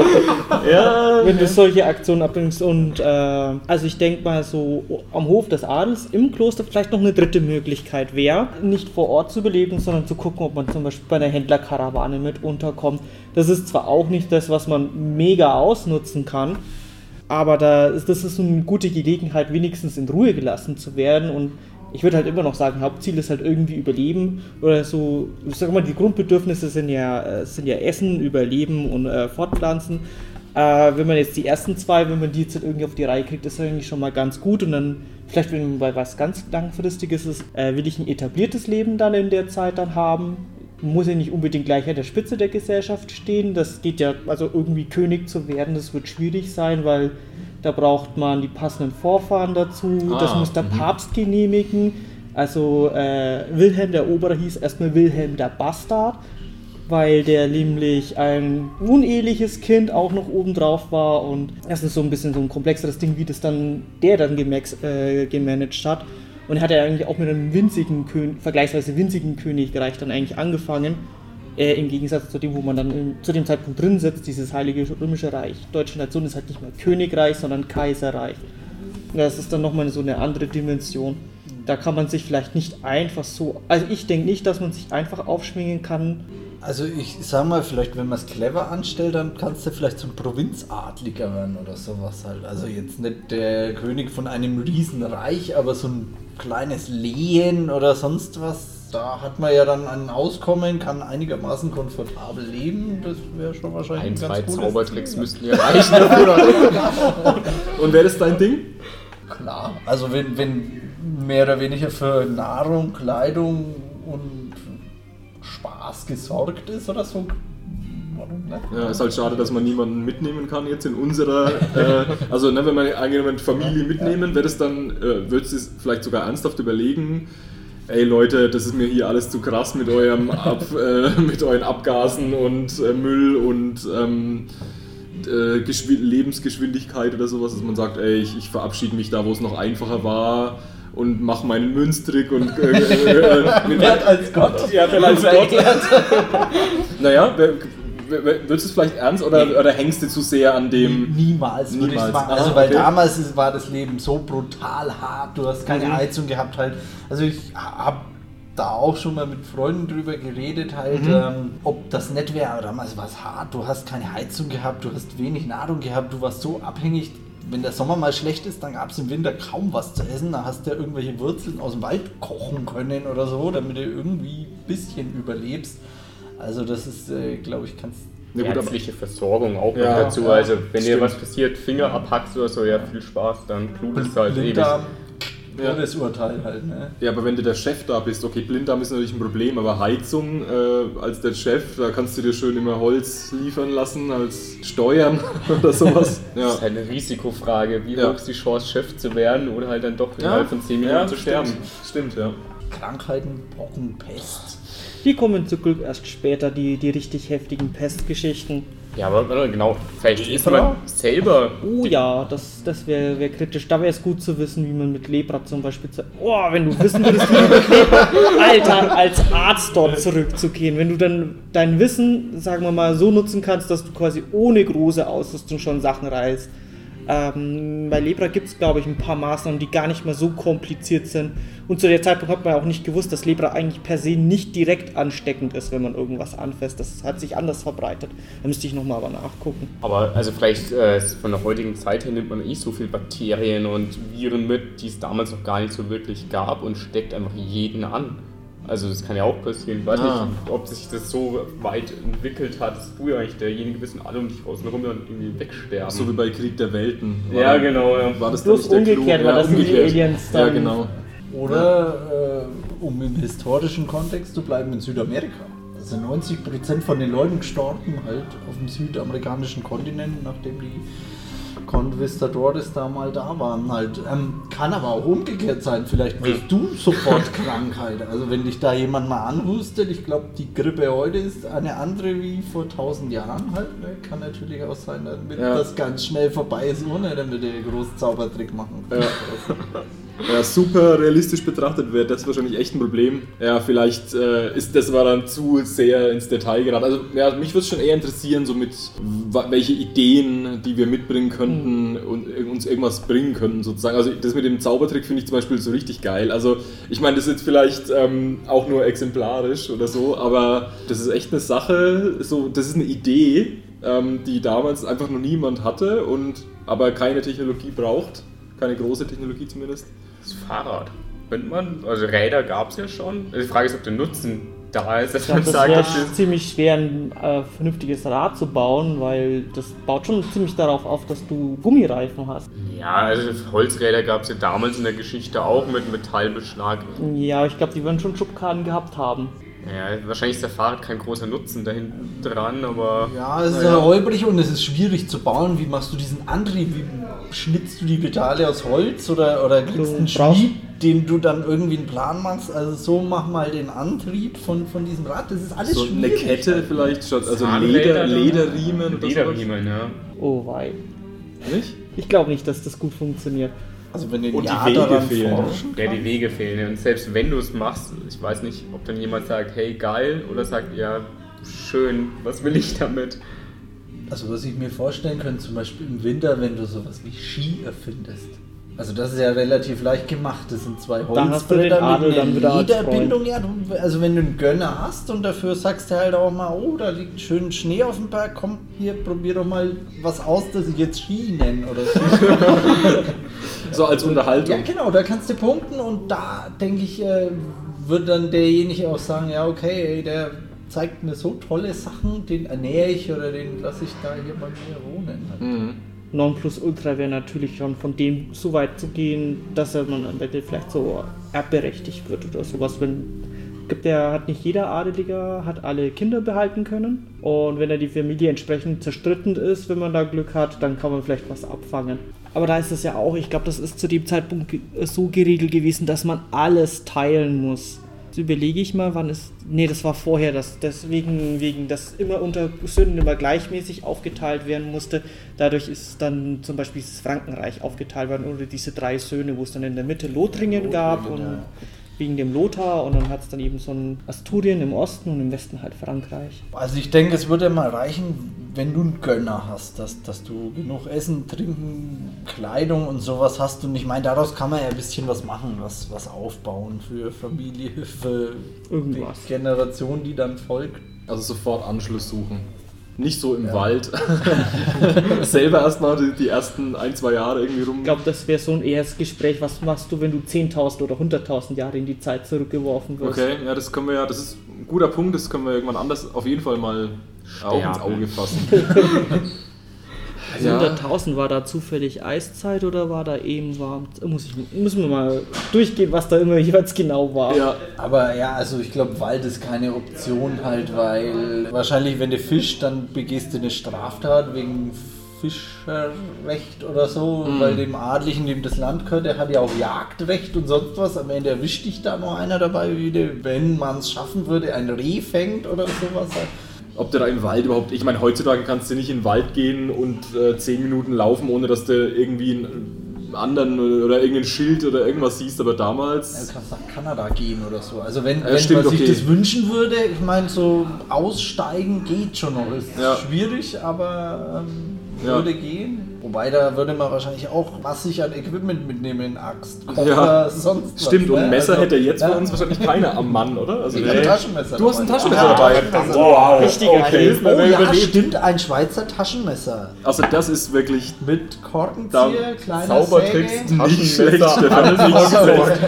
Ja, wenn du solche Aktionen abbringst. Und also ich denke mal, so am Hof des Adels im Kloster vielleicht noch eine dritte Möglichkeit wäre, nicht vor Ort zu überleben, sondern zu gucken, ob man zum Beispiel bei einer Händlerkarawane mit unterkommt. Das ist zwar auch nicht das, was man mega ausnutzen kann, Aber das ist so eine gute Gelegenheit, wenigstens in Ruhe gelassen zu werden. Und ich würde halt immer noch sagen, Hauptziel ist halt irgendwie Überleben. Oder so, ich sag mal, die Grundbedürfnisse sind ja Essen, Überleben und Fortpflanzen. Wenn man jetzt die ersten zwei, wenn man die jetzt halt irgendwie auf die Reihe kriegt, ist das eigentlich schon mal ganz gut. Und dann, vielleicht wenn bei was ganz Langfristiges ist, will ich ein etabliertes Leben dann in der Zeit dann haben. Muss ja nicht unbedingt gleich an der Spitze der Gesellschaft stehen. Das geht ja, also irgendwie König zu werden, das wird schwierig sein, weil da braucht man die passenden Vorfahren dazu. Das muss der Papst genehmigen. Also Wilhelm der Eroberer hieß erstmal Wilhelm der Bastard, weil der nämlich ein uneheliches Kind auch noch obendrauf war. Und das ist so ein bisschen so ein komplexeres Ding, wie das dann gemanagt hat. Und er hat ja eigentlich auch mit einem vergleichsweise winzigen Königreich dann eigentlich angefangen. Im Gegensatz zu dem, wo man dann zu dem Zeitpunkt drin sitzt, dieses Heilige Römische Reich. Deutsche Nation ist halt nicht mehr Königreich, sondern Kaiserreich. Das ist dann nochmal so eine andere Dimension. Da kann man sich vielleicht nicht einfach so... Also ich denke nicht, dass man sich einfach aufschwingen kann. Also ich sag mal, vielleicht wenn man es clever anstellt, dann kannst du vielleicht zum Provinzadliger werden oder sowas halt. Also jetzt nicht der König von einem Riesenreich, aber so ein kleines Lehen oder sonst was. Da hat man ja dann ein Auskommen, kann einigermaßen komfortabel leben. Das wäre schon wahrscheinlich ein ganz 2 Zaubertricks müssten ja reichen dafür. Und wäre das dein Ding? Klar, also wenn mehr oder weniger für Nahrung, Kleidung und Spaß gesorgt ist oder so, warum nicht? Ja, ist halt schade, dass man niemanden mitnehmen kann jetzt in unserer, also ne, wenn man angenommen Familie mitnehmen, wäre das dann, würdest du es vielleicht sogar ernsthaft überlegen, ey Leute, das ist mir hier alles zu krass mit eurem mit euren Abgasen und Müll und Lebensgeschwindigkeit oder sowas, dass man sagt, ey, ich verabschiede mich da, wo es noch einfacher war und mache meinen Münztrick und Wert als Gott. Ja, als Gott. Naja, würdest du es vielleicht ernst oder hängst du zu sehr an dem... Niemals würde ich es machen. Also weil damals war das Leben so brutal hart, du hast keine Heizung gehabt halt. Also ich habe da auch schon mal mit Freunden drüber geredet halt, ob das nett wäre, aber damals war es hart, du hast keine Heizung gehabt, du hast wenig Nahrung gehabt, du warst so abhängig. Wenn der Sommer mal schlecht ist, dann gab es im Winter kaum was zu essen. Da hast du ja irgendwelche Wurzeln aus dem Wald kochen können oder so, damit du irgendwie ein bisschen überlebst. Also das ist, glaube ich, kannst... Eine ärztliche Versorgung auch noch dazu. Also wenn dir was passiert, Finger abhackst oder so, ja, viel Spaß, dann blutest halt ewig. Todesurteil halt, ne? Ja, aber wenn du der Chef da bist, okay, Blinddarm ist natürlich ein Problem, aber Heizung als der Chef, da kannst du dir schön immer Holz liefern lassen als Steuern oder sowas. Ja. Das ist halt eine Risikofrage, wie hoch ist die Chance, Chef zu werden oder halt dann doch innerhalb von 10 Minuten zu sterben. Stimmt, ja. Krankheiten, Pocken, Pest. Die kommen zum Glück erst später, die richtig heftigen Pestgeschichten. Ja, aber genau, vielleicht ist man selber... Oh ja, das wäre kritisch. Da wäre es gut zu wissen, wie man mit Lepra zum Beispiel... wenn du wissen würdest, wie du mit Lepra, Alter, als Arzt dort zurückzugehen. Wenn du dann dein Wissen, sagen wir mal, so nutzen kannst, dass du quasi ohne große Ausrüstung schon Sachen reißt. Bei Lepra gibt es, glaube ich, ein paar Maßnahmen, die gar nicht mehr so kompliziert sind. Und zu der Zeitpunkt hat man ja auch nicht gewusst, dass Lepra eigentlich per se nicht direkt ansteckend ist, wenn man irgendwas anfasst. Das hat sich anders verbreitet. Da müsste ich nochmal aber nachgucken. Aber also vielleicht von der heutigen Zeit her nimmt man so viel Bakterien und Viren mit, die es damals noch gar nicht so wirklich gab und steckt einfach jeden an. Also das kann ja auch passieren. Ich weiß nicht, ob sich das so weit entwickelt hat, dass du ja eigentlich derjenige bist und alle um dich außenrum dann irgendwie wegsterben. So wie bei Krieg der Welten. Ja, genau. Ja. War das bloß umgekehrt, war das die Aliens dann. Ja, genau. Oder, um im historischen Kontext zu bleiben, in Südamerika. Da sind 90% von den Leuten gestorben, halt auf dem südamerikanischen Kontinent, nachdem die Conquistadores da mal da waren. Halt. Kann aber auch umgekehrt sein, vielleicht wirst du sofort krank halt. Also wenn dich da jemand mal anhustet, ich glaube die Grippe heute ist eine andere wie vor 1000 Jahren halt. Ne? Kann natürlich auch sein, damit das ganz schnell vorbei ist, ohne damit ihr einen großen Zaubertrick machen könnt. Ja, super realistisch betrachtet wäre das wahrscheinlich echt ein Problem. Ja, vielleicht war dann zu sehr ins Detail geraten. Also ja, mich würde es schon eher interessieren, so mit welche Ideen, die wir mitbringen könnten und uns irgendwas bringen könnten sozusagen. Also das mit dem Zaubertrick finde ich zum Beispiel so richtig geil. Also ich meine, das ist jetzt vielleicht auch nur exemplarisch oder so, aber das ist echt eine Sache, so, das ist eine Idee, die damals einfach noch niemand hatte aber keine Technologie braucht, keine große Technologie zumindest. Das Fahrrad. Also Räder gab es ja schon. Die Frage ist, ob der Nutzen da ist, dass man Das sagt, wäre das ist... ziemlich schwer, ein vernünftiges Rad zu bauen, weil das baut schon ziemlich darauf auf, dass du Gummireifen hast. Ja, also Holzräder gab es ja damals in der Geschichte auch mit Metallbeschlag. Ja, ich glaube, die werden schon Schubkarren gehabt haben. Ja, wahrscheinlich ist der Fahrrad kein großer Nutzen da hinten dran, aber... Ja, es ist ja holprig und es ist schwierig zu bauen. Wie machst du diesen Antrieb? Wie schnitzt du die Pedale aus Holz oder kriegst einen Schmied, den du dann irgendwie einen Plan machst? Also so mach mal den Antrieb von diesem Rad. Das ist alles So eine schwierig. Kette vielleicht statt, also Zahnräder, Lederriemen oder Lederriemen, ja. Oh wei. sowas. Nicht? Ich glaube nicht, dass das gut funktioniert. Also wenn du Und ein die Jahr Wege daran fehlen. forschen Ja, die kannst. Wege fehlen. Und selbst wenn du es machst, ich weiß nicht, ob dann jemand sagt, hey, geil, oder sagt, ja, schön, was will ich damit? Also was ich mir vorstellen könnte, zum Beispiel im Winter, wenn du sowas wie Ski erfindest. Also das ist ja relativ leicht gemacht. Das sind zwei Dann hast du den Holzbretter Adel mit dann wieder einer als Lederbindung. Ja, also wenn du einen Gönner hast und dafür sagst du halt auch mal, oh, da liegt schön Schnee auf dem Berg, komm, hier, probier doch mal was aus, das ich jetzt Ski nenne oder so. So als Unterhaltung. Ja genau, da kannst du punkten und da, denke ich, wird dann derjenige auch sagen, ja okay, ey, der zeigt mir so tolle Sachen, den ernähre ich oder den lasse ich da hier bei mir wohnen. Halt. Nonplusultra wäre natürlich schon von dem so weit zu gehen, dass man am Ende vielleicht so erbberechtigt wird oder sowas. Hat nicht jeder Adeliger hat alle Kinder behalten können und wenn da die Familie entsprechend zerstritten ist, wenn man da Glück hat, dann kann man vielleicht was abfangen. Aber da ist es ja auch, ich glaube, das ist zu dem Zeitpunkt so geregelt gewesen, dass man alles teilen muss. Jetzt überlege ich mal, das war vorher, wegen dass immer unter Söhnen immer gleichmäßig aufgeteilt werden musste. Dadurch ist dann zum Beispiel das Frankenreich aufgeteilt worden oder diese 3 Söhne, wo es dann in der Mitte Lothringen gab und wegen dem Lothar und dann hat es dann eben so ein Asturien im Osten und im Westen halt Frankreich. Also ich denke, es würde mal reichen, wenn du einen Gönner hast, dass du genug Essen, Trinken, Kleidung und sowas hast. Und ich meine, daraus kann man ja ein bisschen was machen, was aufbauen für Familie, für Irgendwas. die Generation, die dann folgt. Also sofort Anschluss suchen. Nicht so im Wald. Selber erstmal die ersten 1-2 Jahre irgendwie rum. Ich glaube, das wäre so ein erstes Gespräch, was machst du, wenn du 10.000 oder 100.000 Jahre in die Zeit zurückgeworfen wirst. Okay, ja, das ist ein guter Punkt, das können wir irgendwann anders auf jeden Fall mal auch ins Auge fassen. Also 100.000, war da zufällig Eiszeit oder war da eben warm? Müssen wir mal durchgehen, was da immer jeweils genau war. Ja, Aber ja, also ich glaube, Wald ist keine Option halt, weil wahrscheinlich, wenn du fischst, dann begehst du eine Straftat wegen Fischerrecht oder so, weil dem Adligen, dem das Land gehört, der hat ja auch Jagdrecht und sonst was. Am Ende erwischt dich da noch einer dabei, wenn man es schaffen würde, ein Reh fängt oder sowas halt. ob du da im Wald überhaupt, ich meine, heutzutage kannst du nicht in den Wald gehen und 10 Minuten laufen, ohne dass du irgendwie einen anderen oder irgendein Schild oder irgendwas siehst, aber damals... Ja, du kannst nach Kanada gehen oder so. Also wenn stimmt, man sich okay. das wünschen würde, ich meine, so aussteigen geht schon noch. Ist schwierig, aber würde gehen. Wobei, da würde man wahrscheinlich auch massig an Equipment mitnehmen, Axt, Kocher, sonst was. Stimmt, und Messer also, hätte jetzt bei uns wahrscheinlich keiner am Mann, oder? Also Ich habe ein Taschenmesser. Du hast ein Taschenmesser dabei. dabei. Wow, Richtiger okay. Oh ja, stimmt, ein Schweizer Taschenmesser. Also das ist wirklich Mit Korkenzieher, kleiner Zaubertricks, Säge. nicht schlecht, Taschenmesser, Stefan. alles Nicht schlecht.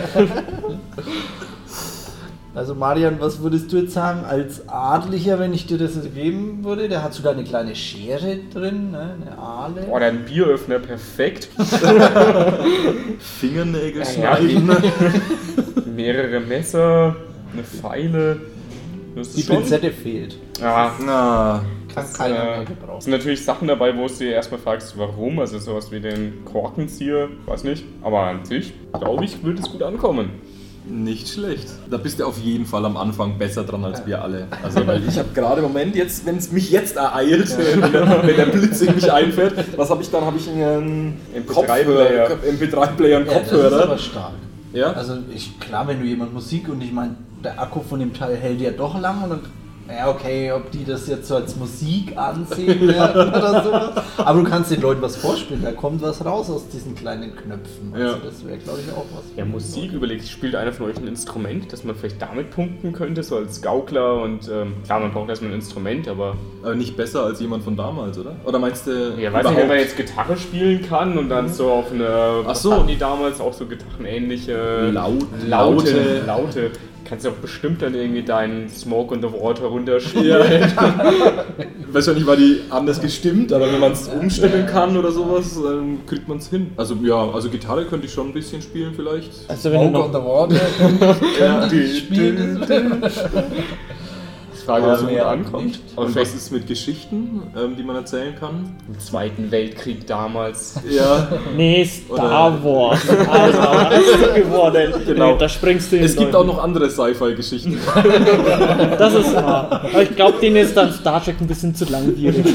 Also Marian, was würdest du jetzt sagen als Adliger, wenn ich dir das geben würde? Der hat sogar eine kleine Schere drin, ne? Eine Ahle. Boah, ein Bieröffner, perfekt. Fingernägel Ja, schneiden. Mehrere Messer, eine Feile. Das ist Die schon... Pinzette fehlt. Ja, Na, Kann keiner mehr es gebrauchen. sind natürlich Sachen dabei, wo du dir erstmal fragst, warum. Also sowas wie den Korkenzieher, weiß nicht. Aber an sich, glaube ich, würde es gut ankommen. nicht schlecht. Da bist du auf jeden Fall am Anfang besser dran als wir alle. Also weil ich habe gerade im Moment jetzt, wenn es mich jetzt ereilt, wenn der Blitz in mich einfährt, was habe ich dann? Habe ich einen MP3-Player. MP3-Player, einen Ja, das ist Kopfhörer. aber stark. Ja? Also klar, wenn du jemand Musik und ich meine, der Akku von dem Teil hält ja doch lang und dann ja okay, ob die das jetzt so als Musik ansehen werden oder sowas. Aber du kannst den Leuten was vorspielen, da kommt was raus aus diesen kleinen Knöpfen. Also das wäre, glaube ich, auch was. Ja, Musik, überlegt, spielt einer von euch ein Instrument, dass man vielleicht damit punkten könnte, so als Gaukler und klar, man braucht erstmal ein Instrument, aber nicht besser als jemand von damals, oder? Oder meinst du ja, weiß nicht, wenn man jetzt Gitarre spielen kann und dann so auf eine, ach so, hatten die damals auch so gitarrenähnliche Laute. Kannst du auch bestimmt dann irgendwie deinen Smoke on the Water runterspielen. Ja. Wahrscheinlich war die anders gestimmt, aber wenn man es umstellen kann oder sowas, dann kriegt man es hin. Also ja, also Gitarre könnte ich schon ein bisschen spielen vielleicht. Also wenn Smoke on the Water können die spielen. Ich frage, was so gut ankommt. Und was ist mit Geschichten, die man erzählen kann? Im Zweiten Weltkrieg damals. Ja. Nee, Star Wars. Alter, was ist du geworden? Genau. Da springst du in Es gibt auch noch andere Sci-Fi-Geschichten. Das ist wahr. Aber ich glaube, denen ist dann Star Trek ein bisschen zu langwierig.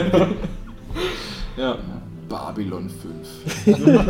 Ja. Babylon 5.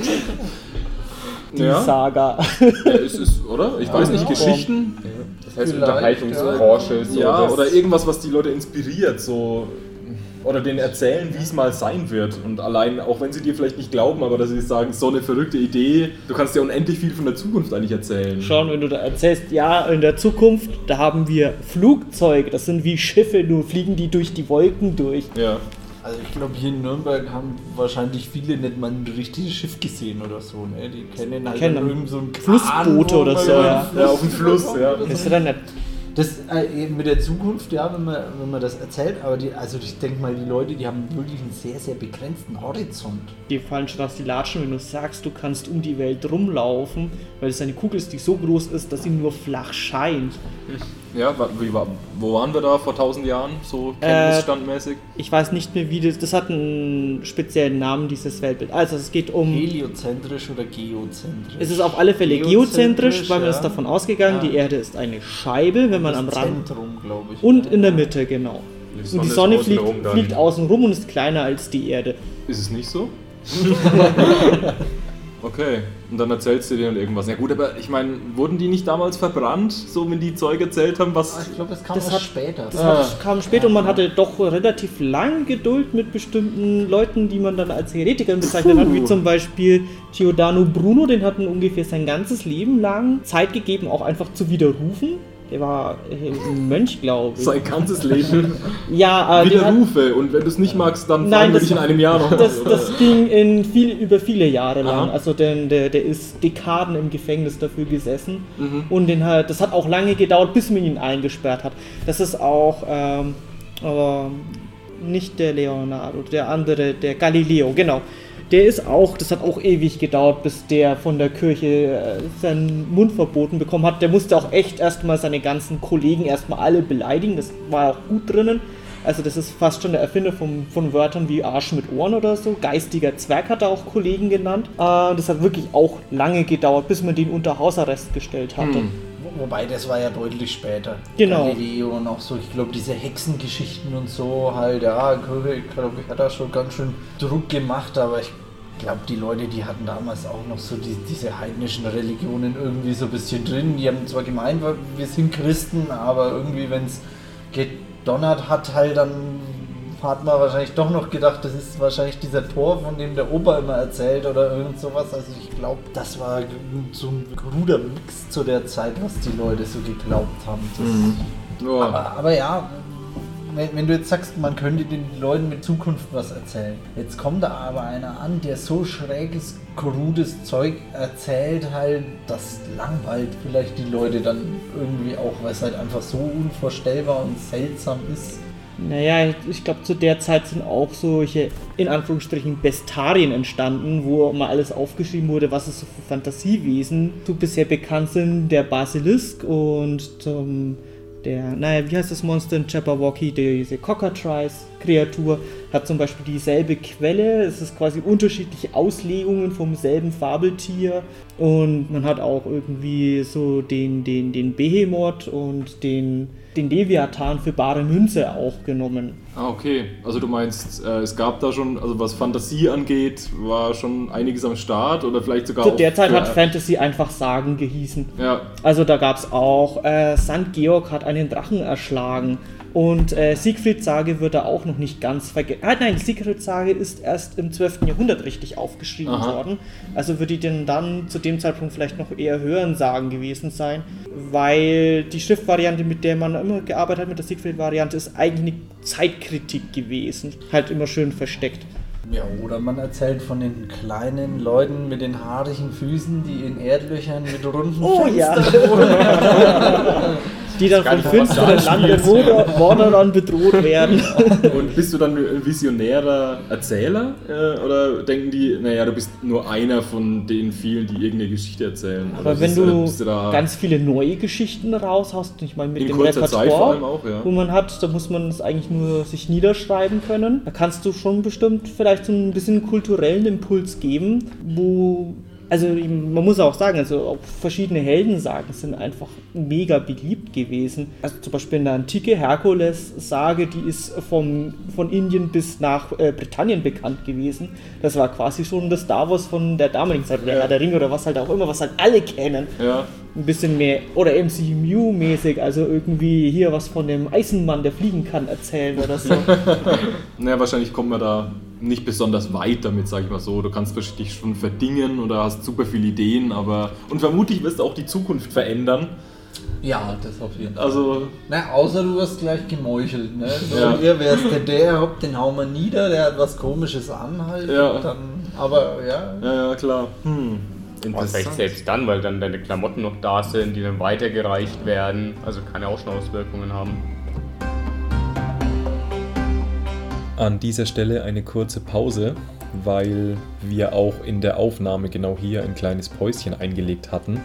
Die Saga. Ja, es ist, oder? Ich weiß nicht, Geschichten. Das heißt Unterhaltungsbranche. So ja, oder irgendwas, was die Leute inspiriert, so. Oder denen erzählen, wie es mal sein wird. Und allein, auch wenn sie dir vielleicht nicht glauben, aber dass sie sagen, so eine verrückte Idee, du kannst dir unendlich viel von der Zukunft eigentlich erzählen. Schon, wenn du da erzählst, ja, in der Zukunft, da haben wir Flugzeuge, das sind wie Schiffe, nur fliegen die durch die Wolken durch. Ja. Also ich glaube, hier in Nürnberg haben wahrscheinlich viele nicht mal ein richtiges Schiff gesehen oder so. Ne? Die kennen halt irgend so ein Flussboote oder so. Ja, auf dem Fluss, ja. Das ist dann nicht. Das mit der Zukunft, ja, wenn man das erzählt, aber also ich denke mal, die Leute, die haben wirklich einen sehr, sehr begrenzten Horizont. Die fallen schon aus die Latschen, wenn du sagst, du kannst um die Welt rumlaufen, weil es eine Kugel ist, die so groß ist, dass sie nur flach scheint. Ja, wo waren wir da vor 1000 Jahren, so kenntnisstandmäßig? Ich weiß nicht mehr, wie das hat einen speziellen Namen, dieses Weltbild. Also es geht um... Heliozentrisch oder geozentrisch? Es ist auf alle Fälle geozentrisch, weil man ist davon ausgegangen, die Erde ist eine Scheibe, wenn man am Rand... Zentrum, glaube ich. Und in der Mitte, genau. Und die Sonne fliegt außen rum und ist kleiner als die Erde. Ist es nicht so? Okay, und dann erzählst du denen irgendwas. Ja gut, aber ich meine, wurden die nicht damals verbrannt, so wenn die Zeug erzählt haben, was... Ich glaube, das kam erst später. Das kam später und man hatte doch relativ lange Geduld mit bestimmten Leuten, die man dann als Heretiker bezeichnet hat, wie zum Beispiel Giordano Bruno, den hatten ungefähr sein ganzes Leben lang Zeit gegeben, auch einfach zu widerrufen. Der war ein Mönch, glaube ich. Sein ganzes Leben. Ja, Widerrufe. Und wenn du es nicht magst, dann fragen wir dich in einem Jahr noch. Das ging über viele Jahre lang. Also der ist Dekaden im Gefängnis dafür gesessen. Mhm. Und das hat auch lange gedauert, bis man ihn eingesperrt hat. Das ist auch, aber nicht der Leonardo, der andere, der Galileo, genau. Der ist auch, das hat auch ewig gedauert, bis der von der Kirche seinen Mund verboten bekommen hat. Der musste auch echt erstmal seine ganzen Kollegen erstmal alle beleidigen, das war auch gut drinnen. Also das ist fast schon der Erfinder von Wörtern wie Arsch mit Ohren oder so. Geistiger Zwerg hat er auch Kollegen genannt. Das hat wirklich auch lange gedauert, bis man den unter Hausarrest gestellt hatte. Wobei, das war ja deutlich später. Genau. Galileo und auch so, ich glaube, diese Hexengeschichten und so halt, ja, ich glaube, ich hatte da schon ganz schön Druck gemacht, aber ich glaube, die Leute, die hatten damals auch noch so diese heidnischen Religionen irgendwie so ein bisschen drin. Die haben zwar gemeint, wir sind Christen, aber irgendwie, wenn es gedonnert hat, halt, dann hat man wahrscheinlich doch noch gedacht, das ist wahrscheinlich dieser Tor, von dem der Opa immer erzählt oder irgend sowas. Also ich glaube, das war so ein kruder Mix zu der Zeit, was die Leute so geglaubt haben. Aber ja, wenn du jetzt sagst, man könnte den Leuten mit Zukunft was erzählen. Jetzt kommt da aber einer an, der so schräges, krudes Zeug erzählt halt, das langweilt vielleicht die Leute dann irgendwie auch, weil es halt einfach so unvorstellbar und seltsam ist. Naja, ich glaube, zu der Zeit sind auch solche, in Anführungsstrichen, Bestarien entstanden, wo mal alles aufgeschrieben wurde, was es so für Fantasiewesen so bisher bekannt sind. Der Basilisk und wie heißt das Monster in Jabberwocky, diese Cockatrice-Kreatur, hat zum Beispiel dieselbe Quelle. Es ist quasi unterschiedliche Auslegungen vom selben Fabeltier. Und man hat auch irgendwie so den Behemoth und den den Leviathan für bare Münze auch genommen. Ah, okay. Also du meinst, es gab da schon, also was Fantasie angeht, war schon einiges am Start oder vielleicht sogar Zu auch... der Zeit hat Fantasy einfach Sagen gehießen. Ja. Also da gab es auch, St. Georg hat einen Drachen erschlagen. Und Siegfrieds Sage wird da auch noch nicht ganz vergessen. Nein, Siegfrieds Sage ist erst im 12. Jahrhundert richtig aufgeschrieben worden. Also würde die denn dann zu dem Zeitpunkt vielleicht noch eher Hörensagen gewesen sein. Weil die Schriftvariante, mit der man immer gearbeitet hat, mit der Siegfried-Variante, ist eigentlich eine Zeitkritik gewesen. Halt immer schön versteckt. Ja, oder man erzählt von den kleinen Leuten mit den haarigen Füßen, die in Erdlöchern mit runden Fenstern wohnen. Die dann von finsteren Wanderern bedroht werden. Und bist du dann ein visionärer Erzähler? Oder denken die, naja, du bist nur einer von den vielen, die irgendeine Geschichte erzählen? Aber wenn du ganz viele neue Geschichten raushaust, ich meine mit dem Repertoire, wo man hat, da muss man es eigentlich nur sich niederschreiben können. Da kannst du schon bestimmt vielleicht so ein bisschen kulturellen Impuls geben, wo... Also man muss auch sagen, also auch verschiedene Heldensagen sind einfach mega beliebt gewesen. Also zum Beispiel in der Antike Herkules-Sage, die ist von Indien bis nach Britannien bekannt gewesen. Das war quasi schon das Star Wars von der damaligen Zeit, oder Herr der Ringe oder was halt auch immer, was halt alle kennen. Ja. Ein bisschen mehr, oder MCU-mäßig, also irgendwie hier was von dem Eisenmann, der fliegen kann, erzählen oder so. Naja, wahrscheinlich kommt man da nicht besonders weit damit, sag ich mal so. Du kannst dich schon verdingen oder hast super viele Ideen, aber... Und vermutlich wirst du auch die Zukunft verändern. Ja, das auf jeden Fall. Also... Na, außer du wirst gleich gemeuchelt, ne? So, ja. Ihr wärst der, den hauen wir nieder, der hat was Komisches an halt. Ja. Dann, aber ja... Ja, klar. Vielleicht selbst dann, weil dann deine Klamotten noch da sind, die dann weitergereicht werden. Also kann ja auch schon Auswirkungen haben. An dieser Stelle eine kurze Pause, weil wir auch in der Aufnahme genau hier ein kleines Päuschen eingelegt hatten.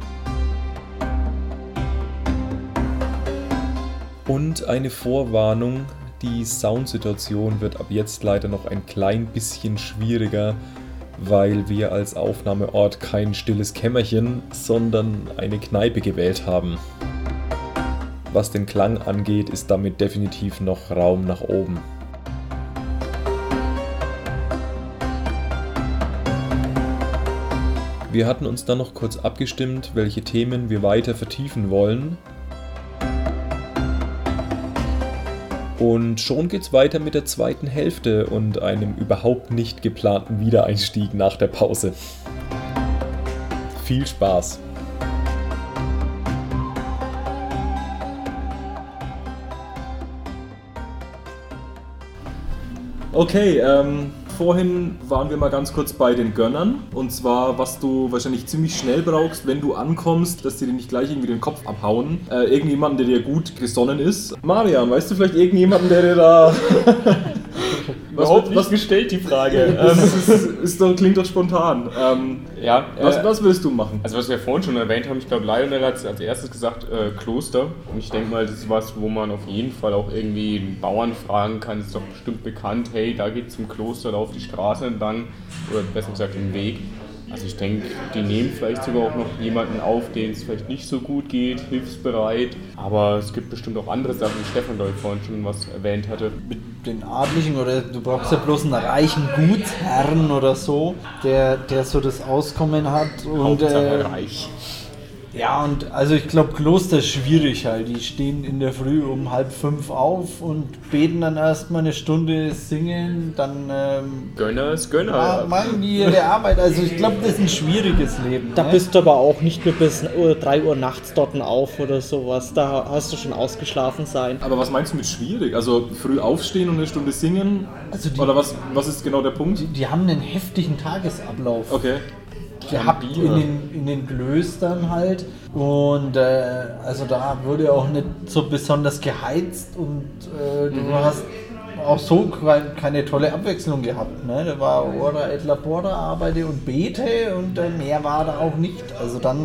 Und eine Vorwarnung, die Soundsituation wird ab jetzt leider noch ein klein bisschen schwieriger, weil wir als Aufnahmeort kein stilles Kämmerchen, sondern eine Kneipe gewählt haben. Was den Klang angeht, ist damit definitiv noch Raum nach oben. Wir hatten uns dann noch kurz abgestimmt, welche Themen wir weiter vertiefen wollen. Und schon geht's weiter mit der zweiten Hälfte und einem überhaupt nicht geplanten Wiedereinstieg nach der Pause. Viel Spaß! Okay, vorhin waren wir mal ganz kurz bei den Gönnern. Und zwar, was du wahrscheinlich ziemlich schnell brauchst, wenn du ankommst, dass die dir nicht gleich irgendwie den Kopf abhauen. Irgendjemanden, der dir gut gesonnen ist. Marian, weißt du vielleicht irgendjemanden, der dir da... Überhaupt nicht gestellt, die Frage. Das klingt doch spontan. Was würdest du machen? Also was wir vorhin schon erwähnt haben, ich glaube Lionel hat als erstes gesagt, Kloster. Und ich denke mal, das ist was, wo man auf jeden Fall auch irgendwie einen Bauern fragen kann. Es ist doch bestimmt bekannt, hey, da geht's zum Kloster, da auf die Straße entlang. Oder besser gesagt den Weg. Also ich denke, die nehmen vielleicht sogar auch noch jemanden auf, denen es vielleicht nicht so gut geht, hilfsbereit. Aber es gibt bestimmt auch andere Sachen, wie Stefan, glaube ich, vorhin schon was erwähnt hatte. Mit den Adligen oder du brauchst ja bloß einen reichen Gutsherrn oder so, der so das Auskommen hat. Und reich. Ja, und also ich glaube, Kloster ist schwierig halt. Die stehen in der Früh um 4:30 auf und beten dann erstmal eine Stunde, singen, dann Gönner ist Gönner. Ja, machen die ihre Arbeit. Also ich glaube, das ist ein schwieriges Leben. Da bist du aber auch nicht mehr bis 3 Uhr nachts dort auf oder sowas. Da hast du schon ausgeschlafen sein. Aber was meinst du mit schwierig? Also früh aufstehen und eine Stunde singen? Also oder was ist genau der Punkt? Die haben einen heftigen Tagesablauf. Okay. Gehabt in den Klöstern halt und also da wurde auch nicht so besonders geheizt und du hast auch so keine tolle Abwechslung gehabt, ne? Da war Ora et Labora, arbeite und bete und mehr war da auch nicht. Also dann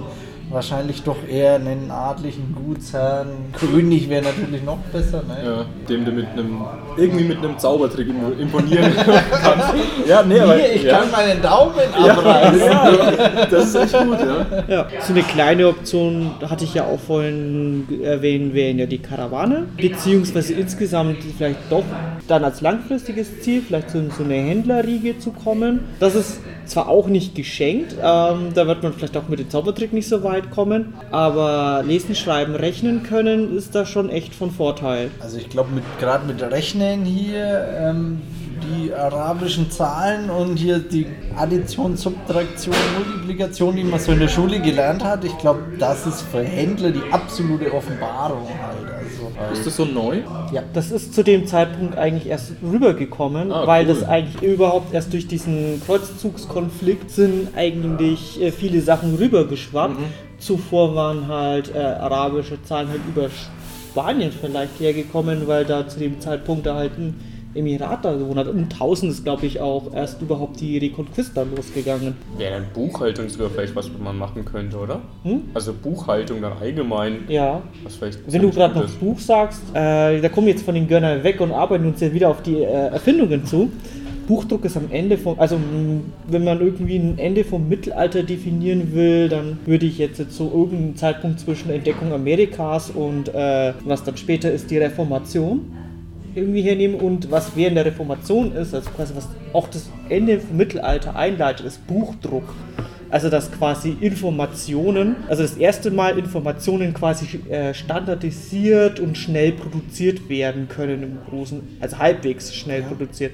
wahrscheinlich doch eher einen adligen Gutsherrn. König wäre natürlich noch besser, ne? Ja, dem du mit einem Zaubertrick imponieren kannst. Ja, nee, aber Hier, ich kann meinen Daumen abreißen. ja, das ist echt gut, ja. Ja, so eine kleine Option, hatte ich ja auch vorhin erwähnt, wären ja die Karawane, beziehungsweise insgesamt vielleicht doch dann als langfristiges Ziel, vielleicht so eine Händlerriege zu kommen. Das ist zwar auch nicht geschenkt, da wird man vielleicht auch mit dem Zaubertrick nicht so weit kommen, aber lesen, schreiben, rechnen können ist da schon echt von Vorteil. Also ich glaube, gerade mit Rechnen hier, die arabischen Zahlen und hier die Addition, Subtraktion, Multiplikation, die man so in der Schule gelernt hat, ich glaube, das ist für Händler die absolute Offenbarung halt. Also, Ist das so neu? ja. Das ist zu dem Zeitpunkt eigentlich erst rübergekommen, weil cool. das eigentlich überhaupt erst durch diesen Kreuzzugskonflikt sind eigentlich viele Sachen rübergeschwappt. Zuvor waren halt arabische Zahlen halt über Spanien vielleicht hergekommen, weil da zu dem Zeitpunkt da halt ein Emirat da gewohnt hat. Um 1000 ist, glaube ich, auch erst überhaupt die Reconquista losgegangen. Wäre dann Buchhaltung sogar vielleicht was man machen könnte, oder? Also Buchhaltung dann allgemein. Ja. Was vielleicht Wenn du ziemlich gerade gut noch ist. Buch sagst, da kommen wir jetzt von den Gönnern weg und arbeiten uns ja wieder auf die Erfindungen zu. Buchdruck ist am Ende wenn man irgendwie ein Ende vom Mittelalter definieren will, dann würde ich jetzt so irgendeinen Zeitpunkt zwischen Entdeckung Amerikas und was dann später ist, die Reformation irgendwie hernehmen, und was während der Reformation ist, also quasi was auch das Ende vom Mittelalter einleitet, ist Buchdruck. Also dass quasi Informationen, also das erste Mal Informationen quasi standardisiert und schnell produziert werden können im Großen, also halbwegs schnell produziert.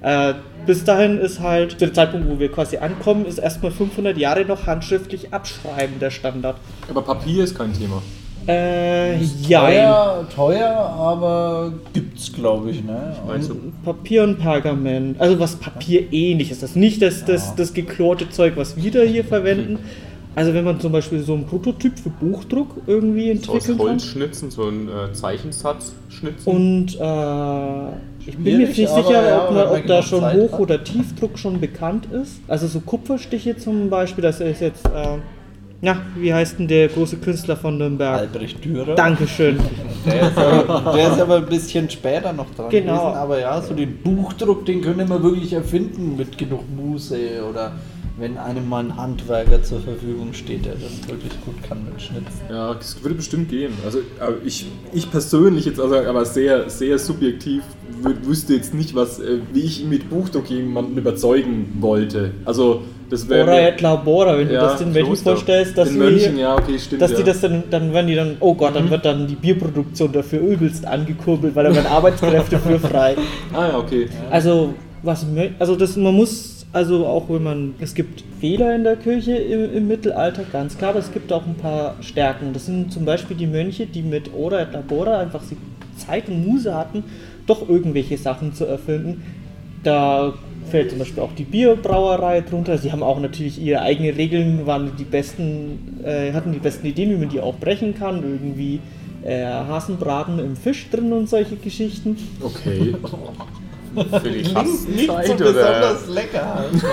Bis dahin ist halt, zu dem Zeitpunkt, wo wir quasi ankommen, ist erstmal 500 Jahre noch handschriftlich abschreiben der Standard. Aber Papier ist kein Thema. Ja. Teuer, aber gibt's, glaube ich, ne? Also, Papier und Pergament, also was papierähnliches, das ist nicht das geklorte Zeug, was wir da hier verwenden. Also wenn man zum Beispiel so einen Prototyp für Buchdruck irgendwie so aus entwickeln kann. Holz schnitzen, so ein Zeichensatz schnitzen. Und ich bin mir jetzt nicht Schwierig, sicher, aber ob wenn man da genug schon Zeit Hoch- hat. oder Tiefdruck schon bekannt ist. Also so Kupferstiche zum Beispiel, das ist jetzt, wie heißt denn der große Künstler von Nürnberg? Albrecht Dürer. Dankeschön. Der ist aber ein bisschen später noch dran Genau. gewesen. Aber ja, so den Buchdruck, den können wir wirklich erfinden mit genug Muße oder wenn einem mal ein Handwerker zur Verfügung steht, der das wirklich gut kann mit Schnitzen. Ja, das würde bestimmt gehen. Also ich persönlich jetzt, also aber sehr, sehr subjektiv, wüsste jetzt nicht, wie ich mit Buchdruck jemanden überzeugen wollte. Also das wäre Ora et labora, wenn du Ja, das den Mönchen Kloster. vorstellst, dass den wir Mönchen, hier, ja, okay, stimmt. dass ja. die das dann werden die dann, oh Gott, dann wird dann die Bierproduktion dafür übelst angekurbelt, weil da werden Arbeitskräfte für frei. Ah ja, okay. Also, man muss, also auch wenn man, es gibt Fehler in der Kirche im Mittelalter, ganz klar, aber es gibt auch ein paar Stärken. Das sind zum Beispiel die Mönche, die mit Ora et labora einfach Zeit und Muße hatten, doch irgendwelche Sachen zu erfinden. Da fällt zum Beispiel auch die Bierbrauerei drunter. Sie haben auch natürlich ihre eigenen Regeln, hatten die besten Ideen, wie man die auch brechen kann. Irgendwie Hasenbraten im Fisch drin und solche Geschichten. Okay. Für die Nicht so Fastenzeit oder besonders lecker halt.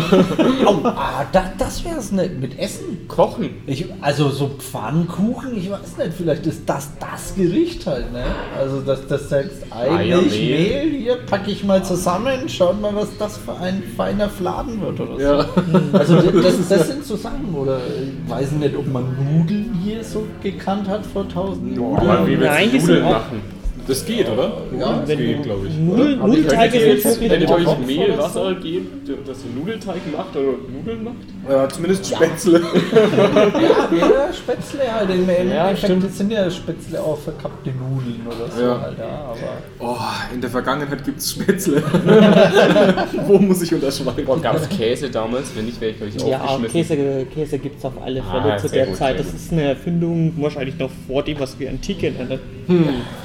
Das wär's nicht mit Essen. Kochen? Also so Pfannkuchen, ich weiß nicht, vielleicht ist das Gericht halt, ne? Also das sagst eigentlich Mehl. Mehl, hier packe ich mal zusammen, schaut mal, was das für ein feiner Fladen wird oder so. Ja. Also das sind so Sachen, oder ich weiß nicht, ob man Nudeln hier so gekannt hat vor 1000 Jahren. Aber wie willst Nein, du die sind Nudeln auch- machen? Das geht, oder? Ja, das geht, glaube ich. Nudelteig ist jetzt Wenn wirklich ihr euch Topf Mehl, oder Wasser gebt, dass ihr Nudelteig macht oder Nudeln macht? Ja, zumindest Spätzle. Ja, Spätzle halt. Im Endeffekt stimmt. sind ja Spätzle auch verkappte Nudeln oder so Ja. halt, ja, aber... Oh, in der Vergangenheit gibt es Spätzle. Wo muss ich unterschreiben? Boah, gab es Käse damals? Wenn nicht, wäre ich, glaube ich, Ja, aufgeschmissen. Käse gibt es auf alle Fälle zu sehr der gut, Zeit. sehr Das gut. ist eine Erfindung wahrscheinlich noch vor dem, was wir Antike nennen. Ich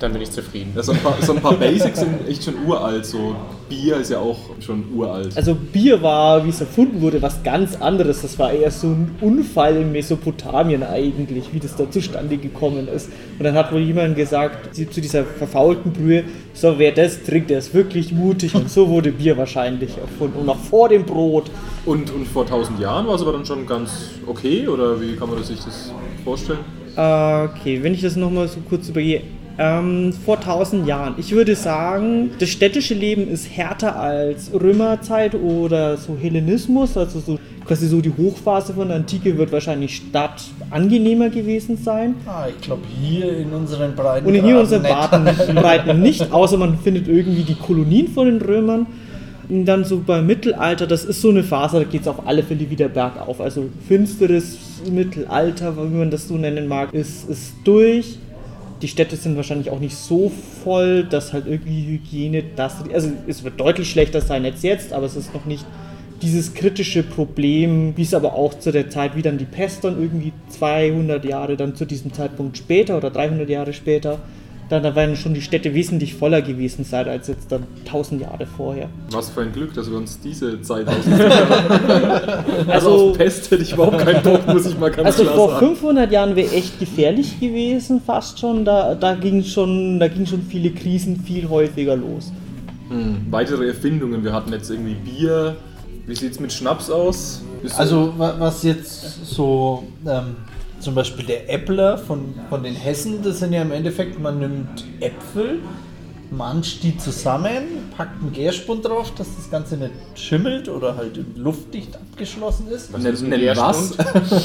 dann bin ich zufrieden. Ja, so ein paar Basics sind echt schon uralt. So Bier ist ja auch schon uralt. Also Bier war, wie es erfunden wurde, was ganz anderes. Das war eher so ein Unfall in Mesopotamien eigentlich, wie das da zustande gekommen ist. Und dann hat wohl jemand gesagt, zu dieser verfaulten Brühe, so wer das trinkt, der ist wirklich mutig. Und so wurde Bier wahrscheinlich erfunden. Und noch vor dem Brot. Und vor 1000 Jahren war es aber dann schon ganz okay? Oder wie kann man sich das vorstellen? Okay, wenn ich das nochmal so kurz übergehe. Vor 1000 Jahren. Ich würde sagen, das städtische Leben ist härter als Römerzeit oder so Hellenismus, also so quasi so die Hochphase von der Antike wird wahrscheinlich Stadt angenehmer gewesen sein. Ich glaube hier in unseren Breiten. Und hier in unseren Breiten nicht, außer man findet irgendwie die Kolonien von den Römern. Und dann so beim Mittelalter, das ist so eine Phase, da geht es auf alle Fälle wieder bergauf. Also finsteres Mittelalter, wie man das so nennen mag, ist durch. Die Städte sind wahrscheinlich auch nicht so voll, dass halt irgendwie Hygiene also es wird deutlich schlechter sein als jetzt, aber es ist noch nicht dieses kritische Problem, wie es aber auch zu der Zeit, wie dann die Pest dann irgendwie 200 Jahre dann zu diesem Zeitpunkt später oder 300 Jahre später, da werden schon die Städte wesentlich voller gewesen sein als jetzt dann 1000 Jahre vorher. Was für ein Glück, dass wir uns diese Zeit ausgesucht haben. Also auf Pest hätte ich überhaupt keinen Bock, muss ich mal ganz klar sagen. Also vor 500 Jahren wäre echt gefährlich gewesen, fast schon. Da ging schon viele Krisen viel häufiger los. Weitere Erfindungen, wir hatten jetzt irgendwie Bier. Wie sieht es mit Schnaps aus? Also was jetzt so... zum Beispiel der Äppler von den Hessen, das sind ja im Endeffekt, man nimmt Äpfel, manscht die zusammen, packt einen Gärspund drauf, dass das Ganze nicht schimmelt oder halt luftdicht abgeschlossen ist. Was ist ein Gärspund?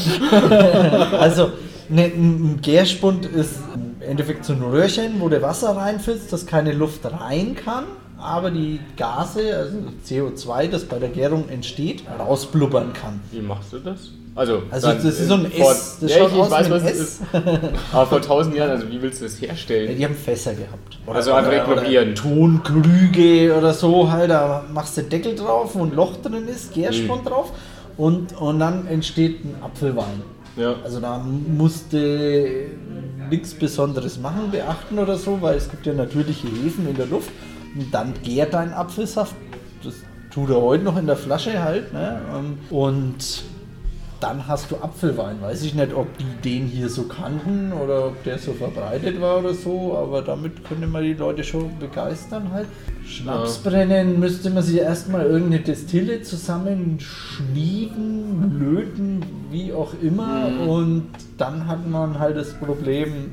Also ein Gärspund ist im Endeffekt so ein Röhrchen, wo der Wasser reinfließt, dass keine Luft rein kann, aber die Gase, also CO2, das bei der Gärung entsteht, rausblubbern kann. Wie machst du das? Also das ist so ein S, das schaut aus wie ein S. Aber vor 1000 Jahren, also wie willst du das herstellen? Ja, die haben Fässer gehabt. Also einfach ignorieren. Tonkrüge oder so, halt, da machst du Deckel drauf, wo ein Loch drin ist, Gärspund drauf und dann entsteht ein Apfelwein. Ja. Also da musste nichts Besonderes machen, beachten oder so, weil es gibt ja natürliche Hefen in der Luft und dann gärt dein Apfelsaft, das tut er heute noch in der Flasche halt, ne? Und dann hast du Apfelwein. Weiß ich nicht, ob die den hier so kannten oder ob der so verbreitet war oder so, aber damit könnte man die Leute schon begeistern halt. Schnapsbrennen müsste man sich erstmal irgendeine Destille zusammenschmieden, löten, wie auch immer, und dann hat man halt das Problem,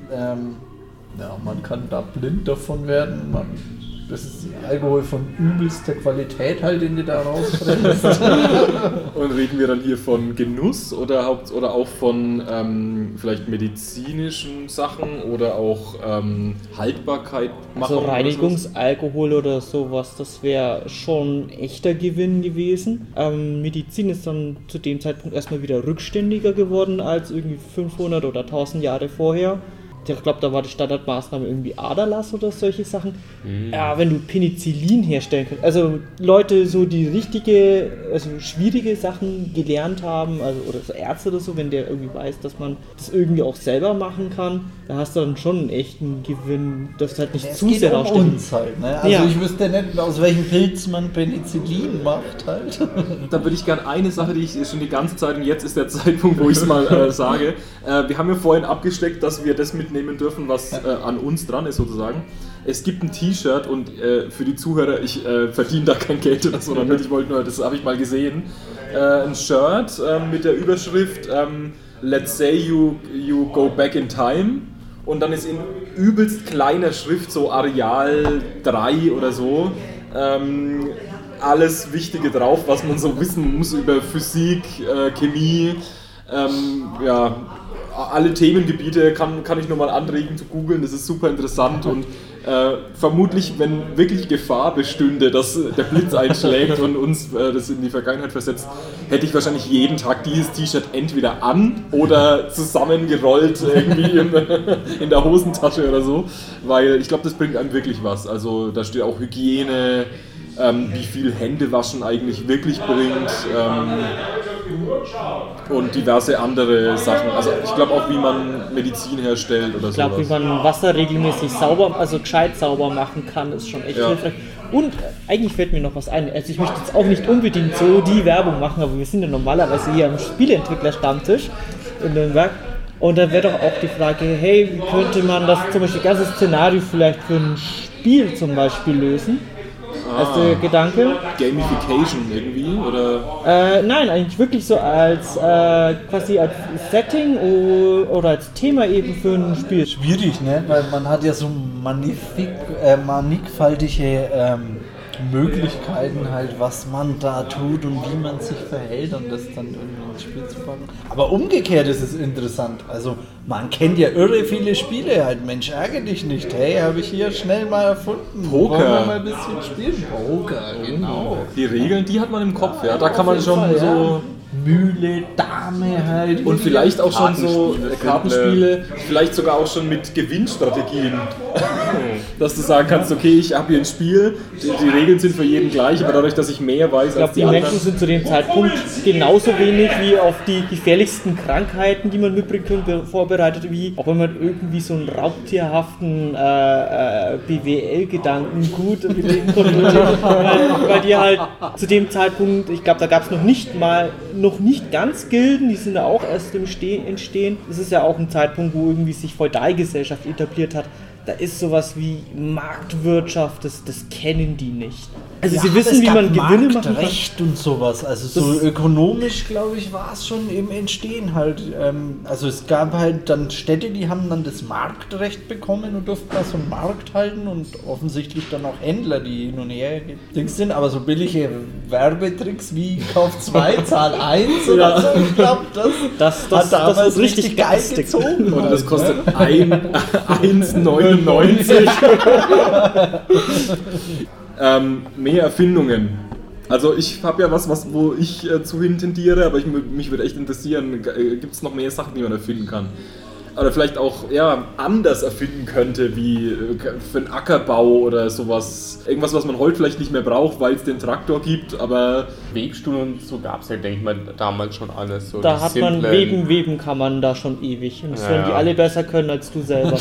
man kann da blind davon werden, das ist Alkohol von übelster Qualität halt, den du da rausbrennst. Und reden wir dann hier von Genuss oder auch von vielleicht medizinischen Sachen oder auch Haltbarkeit machen? Also Reinigungsalkohol oder sowas, das wäre schon echter Gewinn gewesen. Medizin ist dann zu dem Zeitpunkt erstmal wieder rückständiger geworden als irgendwie 500 oder 1000 Jahre vorher. Ich glaube, da war die Standardmaßnahme irgendwie Aderlass oder solche Sachen. Ja, wenn du Penicillin herstellen kannst, also Leute so die schwierige Sachen gelernt haben, also oder so Ärzte oder so, wenn der irgendwie weiß, dass man das irgendwie auch selber machen kann, da hast du dann schon einen echten Gewinn, dass halt nicht zu sehr rausstechen. Uns halt, ne? Also ich wüsste nicht, aus welchem Pilz man Penicillin macht halt. Da würde ich gerne eine Sache, die ich schon die ganze Zeit, und jetzt ist der Zeitpunkt, wo ich es mal sage. Wir haben ja vorhin abgesteckt, dass wir das mitnehmen dürfen, was an uns dran ist sozusagen. Es gibt ein T-Shirt und für die Zuhörer, ich verdiene da kein Geld oder so, damit ich wollte nur, das habe ich mal gesehen, ein Shirt mit der Überschrift Let's say you go back in time, und dann ist in übelst kleiner Schrift, so Areal 3 oder so, alles Wichtige drauf, was man so wissen muss über Physik, Chemie, alle Themengebiete kann ich nur mal anregen zu googeln, das ist super interessant, und vermutlich, wenn wirklich Gefahr bestünde, dass der Blitz einschlägt und uns das in die Vergangenheit versetzt, hätte ich wahrscheinlich jeden Tag dieses T-Shirt entweder an oder zusammengerollt irgendwie in der Hosentasche oder so, weil ich glaube, das bringt einem wirklich was. Also da steht auch Hygiene, wie viel Händewaschen eigentlich wirklich bringt. und diverse andere Sachen. Also ich glaube auch, wie man Medizin herstellt oder so. Ich glaube, wie man Wasser regelmäßig sauber, also gescheit sauber machen kann, ist schon echt hilfreich. Und eigentlich fällt mir noch was ein. Also ich möchte jetzt auch nicht unbedingt so die Werbung machen, aber wir sind ja normalerweise hier am Spieleentwickler-Stammtisch in Nürnberg. Und da wäre doch auch die Frage, hey, wie könnte man das zum Beispiel ganze Szenario vielleicht für ein Spiel zum Beispiel lösen? Also Gedanke. Gamification irgendwie, oder? Nein, eigentlich wirklich so als quasi als Setting oder als Thema eben für ein Spiel. Schwierig, ne? Weil man hat ja so mannigfaltige Möglichkeiten halt, was man da tut und wie man sich verhält und das dann irgendwie ins Spiel zu packen. Aber umgekehrt ist es interessant. Also man kennt ja irre viele Spiele halt. Mensch, ärgere dich nicht. Hey, habe ich hier schnell mal erfunden. Poker. Wollen wir mal ein bisschen spielen? Poker, genau. Die Regeln, die hat man im Kopf, ja. Da kann man schon so... Mühle, Dame halt. Und vielleicht auch schon so Kartenspiele, vielleicht sogar auch schon mit Gewinnstrategien. Dass du sagen kannst, okay, ich habe hier ein Spiel, die Regeln sind für jeden gleich, aber dadurch, dass ich mehr weiß Ich glaube, als die die anderen... Menschen sind zu dem Zeitpunkt genauso wenig wie auf die gefährlichsten Krankheiten, die man mitbringen könnte, vorbereitet, wie auch wenn man irgendwie so einen raubtierhaften BWL-Gedanken gut belegen konnte. Weil die halt zu dem Zeitpunkt, ich glaube, da gab es noch nicht ganz Gilden, die sind da auch erst im Entstehen. Es ist ja auch ein Zeitpunkt, wo irgendwie sich Feudalgesellschaft etabliert hat. Da ist sowas wie Marktwirtschaft, das kennen die nicht. Also sie wissen, wie man Gewinne machen kann. Marktrecht und sowas, also so ökonomisch, glaube ich, war es schon im Entstehen halt. Also es gab halt dann Städte, die haben dann das Marktrecht bekommen und durften da so einen Markt halten und offensichtlich dann auch Händler, die hin und her Dings sind, aber so billige Werbetricks wie Kauf 2, Zahl 1 oder so, ich glaube, das hat damals das ist richtig geil gezogen. Und das kostet 1,99. Mehr Erfindungen. Also ich habe ja was wo ich zu hin tendiere, aber mich würde echt interessieren, gibt es noch mehr Sachen, die man erfinden kann? Oder vielleicht auch anders erfinden könnte, wie für einen Ackerbau oder sowas. Irgendwas, was man heute vielleicht nicht mehr braucht, weil es den Traktor gibt, aber... Webstuhl und so gab es ja, denke ich mal, damals schon alles. So da hat man Weben kann man da schon ewig. Und das werden die alle besser können als du selber.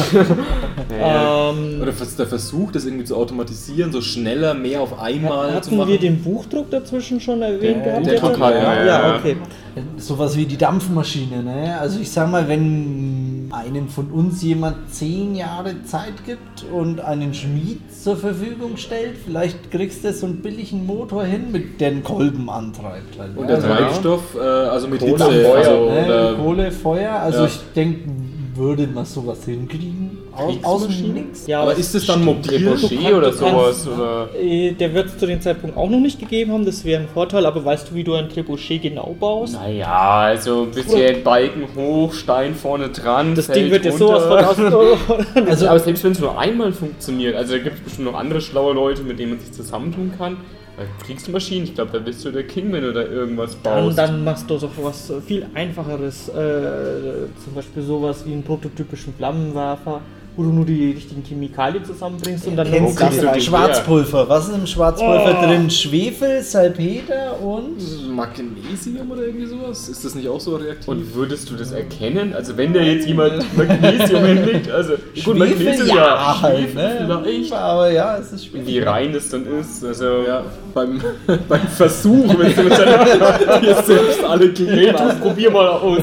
Oder der Versuch, das irgendwie zu automatisieren, so schneller, mehr auf einmal zu machen. Hatten wir den Buchdruck dazwischen schon erwähnt gehabt? Der Türkei, ja, okay. Sowas wie die Dampfmaschine, ne? Also ich sag mal, wenn einem von uns jemand 10 Jahre Zeit gibt und einen Schmied zur Verfügung stellt, vielleicht kriegst du so einen billigen Motor hin, mit der einen Kolben antreibt. Halt. Und der Treibstoff, also mit Kohle, Hitze, Feuer, also, Kohle, Feuer, also ich denke, würde man sowas hinkriegen? Aus dem Nix? Ja, aber ist es dann mobil? Trebuchet oder sowas? Oder? Der wird es zu dem Zeitpunkt auch noch nicht gegeben haben, das wäre ein Vorteil, aber weißt du, wie du ein Trebuchet genau baust? Naja, also ein bisschen Balken hoch, Stein vorne dran. Das Ding wird ja sowas von außen. Also, aber selbst wenn es nur einmal funktioniert, also da gibt es bestimmt noch andere schlaue Leute, mit denen man sich zusammentun kann. Kriegst du Maschinen, ich glaube, da bist du der King, wenn du da irgendwas baust. Dann machst du so was viel Einfacheres, zum Beispiel sowas wie einen prototypischen Flammenwerfer, wo du nur die richtigen Chemikalien zusammenbringst und dann kennst noch du Schwarzpulver. Was ist im Schwarzpulver drin? Schwefel, Salpeter und Magnesium oder irgendwie sowas? Ist das nicht auch so reaktiv? Und würdest du das erkennen? Also wenn da jetzt jemand Magnesium hinlegt, also gut, Magnesium ja, halt, ne? vielleicht. Aber ja, es ist Schwefel. Wie rein das dann ist, also ja, beim Versuch, wenn du dir selbst alle Glieder probier mal aus.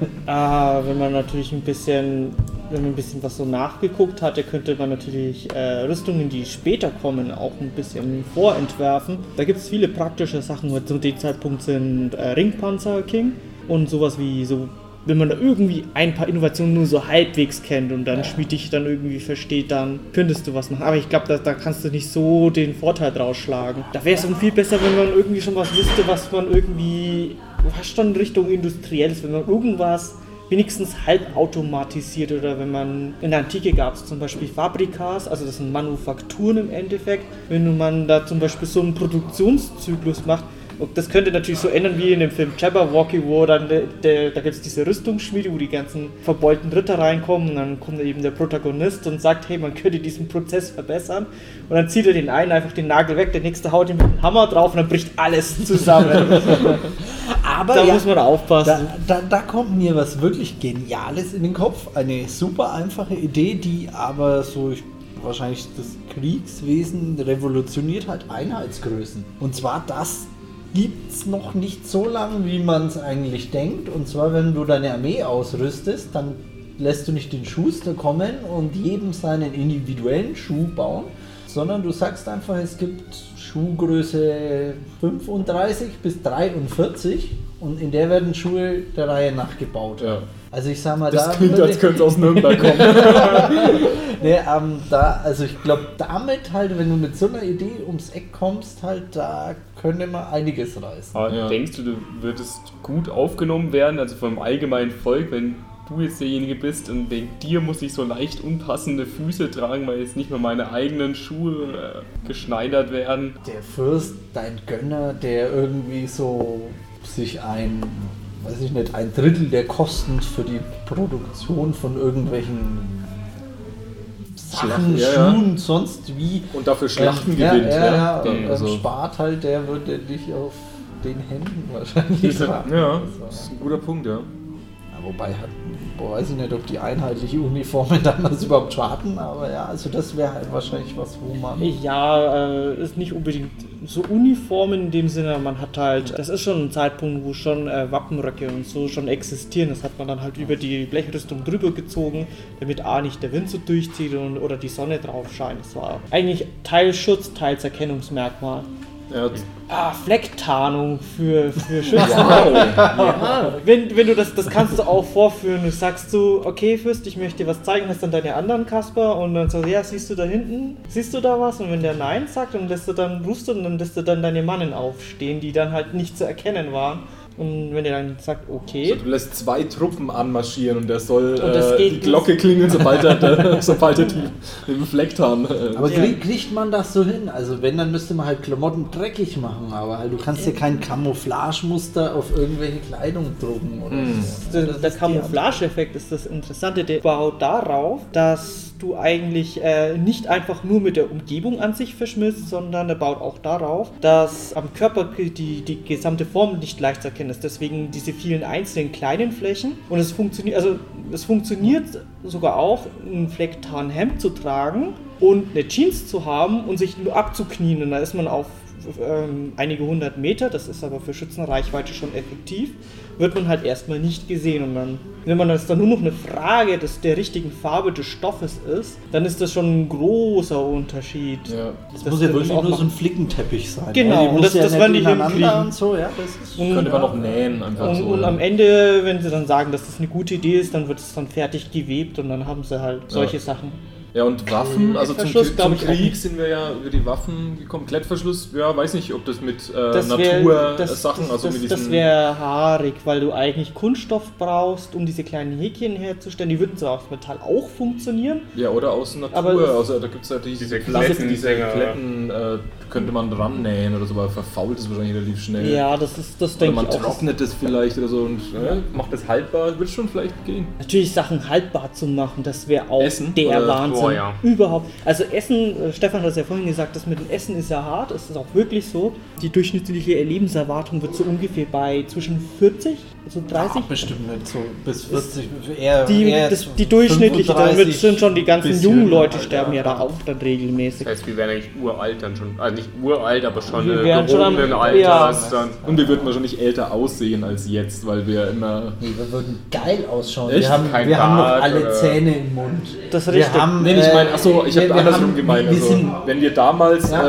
Wenn man natürlich ein bisschen was so nachgeguckt hatte, könnte man natürlich Rüstungen, die später kommen, auch ein bisschen vorentwerfen. Da gibt es viele praktische Sachen. Zu dem Zeitpunkt sind Ringpanzer King und sowas wie so, wenn man da irgendwie ein paar Innovationen nur so halbwegs kennt und dann schmiedig dann irgendwie versteht, dann könntest du was machen. Aber ich glaube, da kannst du nicht so den Vorteil draus schlagen. Da wäre es dann viel besser, wenn man irgendwie schon was wüsste, was man irgendwie fast schon Richtung Industrielles, wenn man irgendwas wenigstens halb automatisiert, oder wenn man, in der Antike gab es zum Beispiel Fabrikas, also das sind Manufakturen im Endeffekt, wenn man da zum Beispiel so einen Produktionszyklus macht, und das könnte natürlich so ändern wie in dem Film Jabberwocky, wo dann da gibt es diese Rüstungsschmiede, wo die ganzen verbeulten Ritter reinkommen und dann kommt eben der Protagonist und sagt, hey, man könnte diesen Prozess verbessern, und dann zieht er den einen einfach den Nagel weg, der nächste haut ihm mit dem Hammer drauf und dann bricht alles zusammen. Aber da muss man aufpassen. Da kommt mir was wirklich Geniales in den Kopf. Eine super einfache Idee, die aber so wahrscheinlich das Kriegswesen revolutioniert hat, Einheitsgrößen. Und zwar das gibt es noch nicht so lange, wie man es eigentlich denkt. Und zwar, wenn du deine Armee ausrüstest, dann lässt du nicht den Schuster kommen und jedem seinen individuellen Schuh bauen, sondern du sagst einfach, es gibt Schuhgröße 35 bis 43 und in der werden Schuhe der Reihe nach gebaut. Ja. Also ich sag mal, Das da klingt, als könnte es aus Nürnberg kommen. nee, also ich glaube, damit halt, wenn du mit so einer Idee ums Eck kommst, halt, da könnte man einiges reißen. Aber Ja. denkst du würdest gut aufgenommen werden, also vom allgemeinen Volk, wenn du jetzt derjenige bist und wegen dir muss ich so leicht unpassende Füße tragen, weil jetzt nicht mehr meine eigenen Schuhe geschneidert werden? Der Fürst, dein Gönner, der irgendwie so sich ein Drittel der Kosten für die Produktion von irgendwelchen Sachen, ja, Schuhen, sonst wie Und dafür Schlachten gewinnt. Also, spart halt, der würde dich auf den Händen wahrscheinlich tragen. ja, das ist ein guter Punkt, ja. Ja, wobei, weiß ich nicht, ob die einheitliche Uniformen damals überhaupt schon hatten, aber ja, also das wäre halt wahrscheinlich was, wo man... Ja, ist nicht unbedingt so Uniformen in dem Sinne, man hat halt, das ist schon ein Zeitpunkt, wo schon Wappenröcke und so schon existieren, das hat man dann halt über die Blechrüstung drüber gezogen, damit A nicht der Wind so durchzieht oder die Sonne drauf scheint. Das war eigentlich teils Schutz, teils Erkennungsmerkmal. Ja, Flecktarnung für Schützen. Ja. Wenn du das kannst du auch vorführen, du sagst so, okay Fürst, ich möchte dir was zeigen, hast dann deine anderen Kasper und dann sagst du, ja, siehst du da hinten, siehst du da was? Und wenn der Nein sagt, dann rufst du und dann lässt du dann deine Mannen aufstehen, die dann halt nicht zu erkennen waren. Und wenn der dann sagt, okay. Also du lässt 2 Truppen anmarschieren und der soll geht die Glocke klingeln, sobald er den Fleck haben. Aber kriegt man das so hin? Also wenn, dann müsste man halt Klamotten dreckig machen, aber halt, du kannst ja kein Camouflagemuster auf irgendwelche Kleidung drucken. Oder Der Camouflage-Effekt ist das Interessante, der baut darauf, dass du eigentlich nicht einfach nur mit der Umgebung an sich verschmilzt, sondern der baut auch darauf, dass am Körper die gesamte Form nicht leicht zu erkennen ist. Deswegen diese vielen einzelnen kleinen Flächen. Und es funktioniert sogar auch, ein Flecktarnhemd zu tragen und eine Jeans zu haben und sich nur abzuknien. Und da ist man auf einige 100 Meter, das ist aber für Schützenreichweite schon effektiv, wird man halt erstmal nicht gesehen. Und dann, wenn man das dann nur noch eine Frage der richtigen Farbe des Stoffes ist, dann ist das schon ein großer Unterschied. Ja. das muss ja wirklich nur so ein Flickenteppich sein. Genau, die und muss das nicht werden die ineinander hinkriegen. und so, ja, das ist Könnte man noch nähen, einfach so. Und am Ende, wenn sie dann sagen, dass das eine gute Idee ist, dann wird es dann fertig gewebt und dann haben sie halt solche Sachen. Ja, und Waffen, also zum glaub ich, auch Krieg nicht. sind wir ja über die Waffen gekommen. Klettverschluss, ja, weiß nicht, ob das mit Das Natursachen, also mit diesen... Das wäre haarig, weil du eigentlich Kunststoff brauchst, um diese kleinen Häkchen herzustellen. Die würden zwar aus Metall auch funktionieren. Ja, oder aus Natur, Aber also da gibt es ja diese Kletten, diese Dinger. Kletten, könnte man dran nähen oder so, aber verfault es wahrscheinlich relativ schnell. Ja, das Oder denke man ich auch. trocknet es vielleicht oder so und macht es haltbar, wird schon vielleicht gehen. Natürlich Sachen haltbar zu machen, das wäre auch Essen? der Oder- Wahnsinn. Oh, ja. Überhaupt. Also Essen, Stefan hat es ja vorhin gesagt, das mit dem Essen ist ja hart, es ist auch wirklich so. Die durchschnittliche Lebenserwartung wird so ungefähr bei zwischen 40, also 30. bestimmt nicht so bis 40, eher Die durchschnittliche, damit 35 sind schon die ganzen bisschen jungen Leute halt, sterben ja da auch dann regelmäßig. Das heißt, wir wären eigentlich uralt dann schon. Also nicht uralt, aber schon Wir wären schon am- gehobenen ja. Alters dann. Und wir würden wahrscheinlich älter aussehen als jetzt, weil wir immer... Nee, wir würden geil ausschauen. Echt? Wir haben Kein noch Bart alle oder- Zähne im Mund. Das ist Wir richtig. haben, Nee, ich meine, achso, ich habe wir andersrum haben- gemeint. wir Also, sind- wenn wir damals, Ja.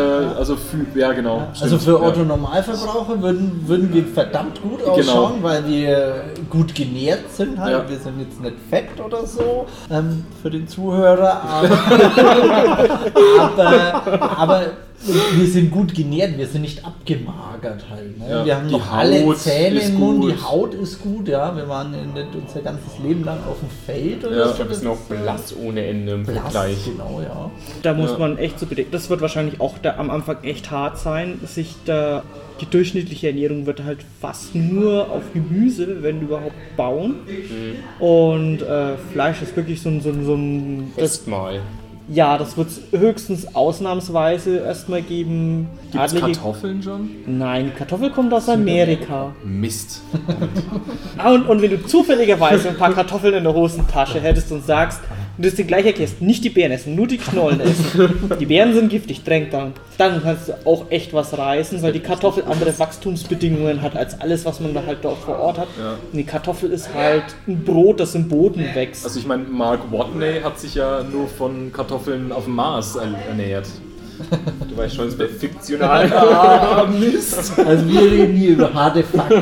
ja genau. Also stimmt, für ja. Otto Normalverbraucher würden wir verdammt gut ausschauen, weil wir gut genährt sind halt. Ja. Wir sind jetzt nicht fett oder so für den Zuhörer, aber wir sind gut genährt, wir sind nicht abgemagert halt. Ne? Ja, Wir haben die noch alle Haut Zähne ist im Mund, gut. die Haut ist gut, ja. Wir waren nicht unser ganzes Leben lang auf dem Feld oder Ja. so. Ich glaube, wir sind auch blass ohne Ende im blass, Vergleich. genau, ja. Da muss Ja. man echt so bedenken. Das wird wahrscheinlich auch am Anfang echt hart sein, die durchschnittliche Ernährung wird halt fast nur auf Gemüse, wenn überhaupt, bauen. Und Fleisch ist wirklich so ein Festmahl. Ja, das wird es höchstens ausnahmsweise erstmal geben. Gibt es Kartoffeln schon? Nein, Kartoffel kommt aus Amerika. Mist. Und wenn du zufälligerweise ein paar Kartoffeln in der Hosentasche hättest und sagst, und du das dir gleich erklärst, nicht die Beeren essen, nur die Knollen essen. Die Beeren sind giftig, tränk dann. Dann kannst du auch echt was reißen, weil die Kartoffel andere Wachstumsbedingungen hat als alles, was man da halt dort vor Ort hat. Ja. Und die Kartoffel ist halt ein Brot, das im Boden wächst. Also ich meine, Mark Watney hat sich ja nur von Kartoffeln auf dem Mars ernährt. Du weißt schon, es wäre fiktional. Mist. Also wir reden hier über harte Fakten.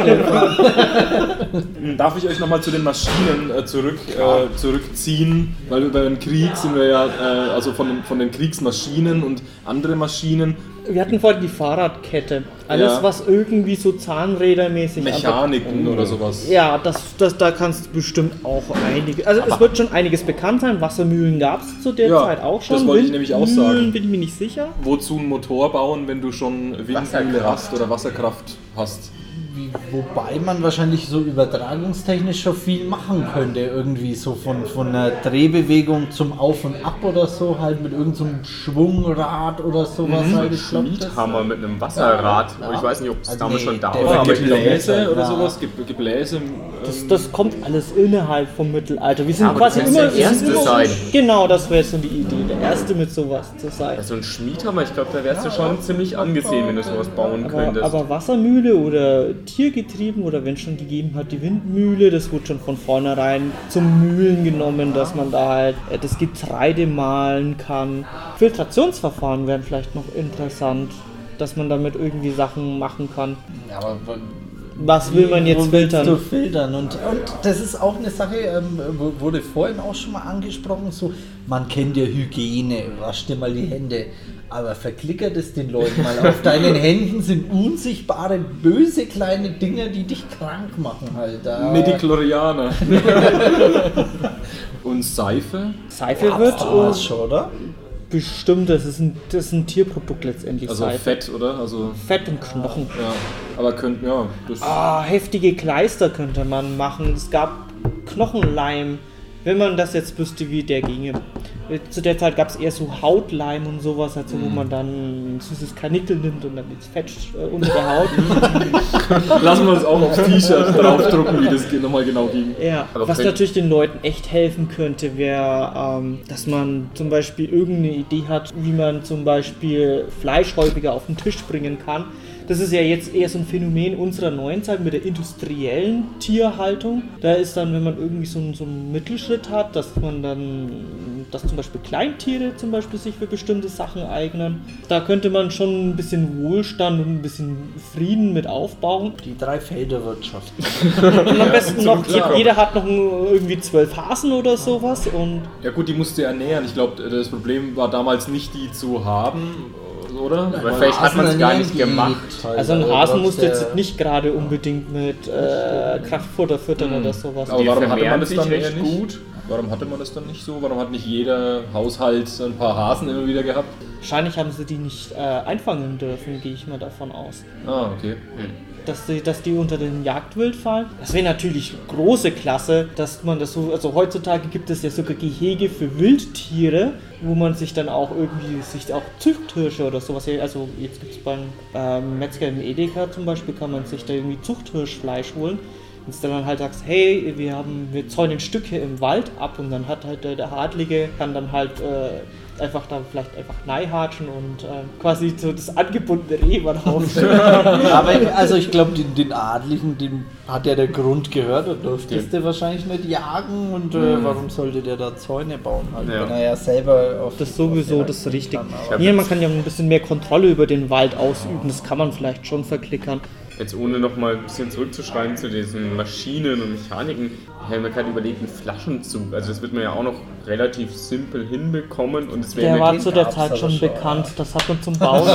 Darf ich euch nochmal zu den Maschinen zurückziehen? Weil über den Krieg sind wir ja, also von den Kriegsmaschinen und andere Maschinen. Wir hatten vorhin die Fahrradkette. Alles, Ja. was irgendwie so zahnrädermäßig... Mechaniken oder sowas. Ja, da kannst du bestimmt auch einige... Also es wird schon einiges bekannt sein. Wassermühlen gab es zu der Ja, Zeit auch schon. das wollte ich nämlich auch Windmühlen sagen. bin ich mir nicht sicher. Wozu einen Motor bauen, wenn du schon Windmühle Wasserkraft. hast oder Wasserkraft hast? Wobei man wahrscheinlich so übertragungstechnisch schon viel machen könnte, irgendwie so von einer Drehbewegung zum Auf und Ab oder so, halt mit irgendeinem Schwungrad oder sowas. Halt. Ich glaub, das- Schmiedhammer mit einem Wasserrad. Ja. Aber ich weiß nicht, ob es Also damals nee, schon da der war. war Aber mit ich glaube, Gebläse oder Ja. sowas? Gebläse? Das kommt alles innerhalb vom Mittelalter. Wir sind aber quasi das wird immer... der wir Erste sind immer sein. Genau, das wäre jetzt so die Idee. Der Erste mit sowas zu sein. so ein Schmiedhammer, ich glaube, da wärst du schon ziemlich angesehen, wenn du sowas bauen könntest. Aber Wassermühle oder Tiergetrieben oder wenn schon gegeben hat, die Windmühle, das wurde schon von vornherein zum Mühlen genommen, dass man da halt das Getreide mahlen kann. Filtrationsverfahren wären vielleicht noch interessant, dass man damit irgendwie Sachen machen kann. Ja, aber Was will man jetzt wo willst du filtern? filtern? Und das ist auch eine Sache, wurde vorhin auch schon mal angesprochen, so, man kennt ja Hygiene, wasch dir mal die Hände. Aber verklickert es den Leuten mal. Auf deinen Händen sind unsichtbare, böse kleine Dinger, die dich krank machen halt. Medichlorianer. Und Seife? Seife Ja, wird das schon, oder? bestimmt, das ist ein Tierprodukt letztendlich. Also Seife. Fett, oder? Also, Fett und Knochen. ja. Aber das... Heftige Kleister könnte man machen. Es gab Knochenleim, wenn man das jetzt wüsste, wie der ginge. Zu der Zeit gab es eher so Hautleim und sowas, also wo man dann ein süßes Karnickel nimmt und dann ins Fett unter der Haut. Lassen wir uns auch aufs T-Shirt draufdrucken, wie das nochmal genau ging. Ja, Aber was vielleicht- natürlich den Leuten echt helfen könnte, wäre, dass man zum Beispiel irgendeine Idee hat, wie man zum Beispiel Fleisch häufiger auf den Tisch bringen kann. Das ist ja jetzt eher so ein Phänomen unserer neuen Zeit mit der industriellen Tierhaltung. Da ist dann, wenn man irgendwie so einen Mittelschritt hat, dass zum Beispiel Kleintiere zum Beispiel sich für bestimmte Sachen eignen. Da könnte man schon ein bisschen Wohlstand und ein bisschen Frieden mit aufbauen. Die Dreifelderwirtschaft. Und am besten noch, klar. jeder hat noch irgendwie 12 Hasen oder sowas und Ja gut, die musst du ernähren. Ich glaube, das Problem war damals nicht, die zu haben, oder? Aber vielleicht hat man es gar nicht gemacht. also ein Hasen musst du jetzt nicht gerade unbedingt mit Kraftfutter füttern oder sowas. Aber Die warum hatte man vermehren das sich dann eher recht nicht? gut. Warum hatte man das dann nicht so? Warum hat nicht jeder Haushalt ein paar Hasen immer wieder gehabt? Wahrscheinlich haben sie die nicht einfangen dürfen, gehe ich mal davon aus. Ah, okay. Dass die unter den Jagdwild fallen. Das wäre natürlich große Klasse, dass man das so, also heutzutage gibt es ja sogar Gehege für Wildtiere, wo man sich dann auch irgendwie, auch Zuchthirsche oder sowas, also jetzt gibt es beim Metzger im Edeka zum Beispiel, kann man sich da irgendwie Zuchthirschfleisch holen. Und du dann halt sagst, hey, wir zäunen Stücke im Wald ab und dann hat halt der Adlige, kann dann halt einfach da vielleicht einfach neihatschen und quasi so das angebundene Reh mal Aber also ich glaube, den Adligen, dem hat ja der Grund gehört, da durftest du wahrscheinlich nicht jagen und warum sollte der da Zäune bauen? Halt, Ja. wenn er ja selber auf Das ist sowieso auf die das Richtige. kann, aber- Hier, man kann ja ein bisschen mehr Kontrolle über den Wald ausüben, das kann man vielleicht schon verklickern. Jetzt ohne nochmal ein bisschen zurückzuschreien zu diesen Maschinen und Mechaniken, ich habe mir gerade überlegt, ein Flaschenzug, also das wird man ja auch noch relativ simpel hinbekommen und es wäre Der war mir zu der gab's Zeit aber schon schon, bekannt, das hat man zum Bauen.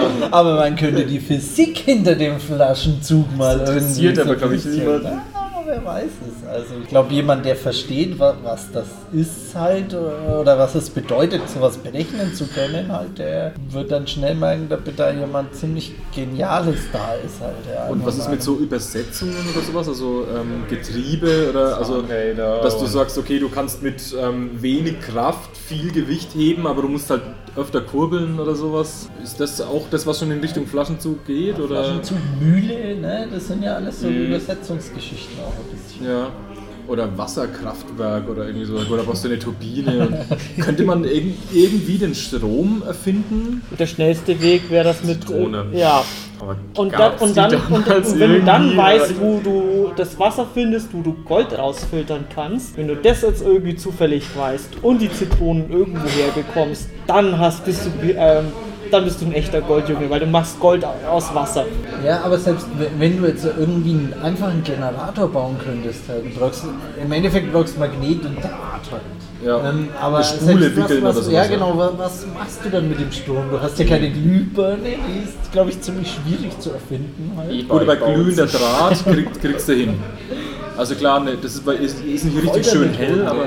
Aber man könnte die Physik hinter dem Flaschenzug mal irgendwie. interessiert aber, glaube ich, niemand. Ja, wer weiß es. Also ich glaube, jemand, der versteht, was das ist halt oder was es bedeutet, sowas berechnen zu können, halt, der wird dann schnell merken, dass da jemand ziemlich Geniales da ist halt. Ja. Und was ist mit so Übersetzungen oder sowas, also Getriebe oder also, dass du sagst, okay, du kannst mit wenig Kraft viel Gewicht heben, aber du musst halt öfter kurbeln oder sowas. Ist das auch das, was schon in Richtung Flaschenzug geht? Oder? Flaschenzug, Mühle, ne? Das sind ja alles so Übersetzungsgeschichten auch ein bisschen. Ja. Oder Wasserkraftwerk oder irgendwie so. Oder brauchst du eine Turbine? Und könnte man irgendwie den Strom erfinden? Der schnellste Weg wäre das mit Zitrone. Ja. Aber Und gab's die wenn damals du dann irgendwie? weißt, wo du das Wasser findest, wo du Gold rausfiltern kannst, wenn du das jetzt irgendwie zufällig weißt und die Zitronen irgendwo herbekommst, dann bist du ein echter Goldjunge, weil du machst Gold aus Wasser. Ja, aber selbst wenn du jetzt irgendwie einfach einen Generator bauen könntest, halt, im Endeffekt brauchst du Magnet und Draht halt. Ja, aber eine Spule selbst wickeln oder sowas. Ja, genau, was machst du dann mit dem Strom? Du hast ja keine Glühbirne, die ist, glaube ich, ziemlich schwierig zu erfinden. Halt. Gut, bei glühender Draht kriegst du hin. Also klar, ne, das ist nicht richtig schön hell, aber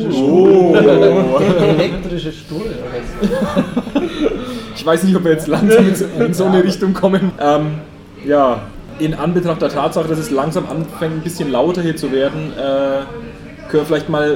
elektrische Stuhl oder so. ich weiß nicht, ob wir jetzt langsam in so eine Richtung kommen. Ja, in Anbetracht der Tatsache, dass es langsam anfängt, ein bisschen lauter hier zu werden, können wir vielleicht mal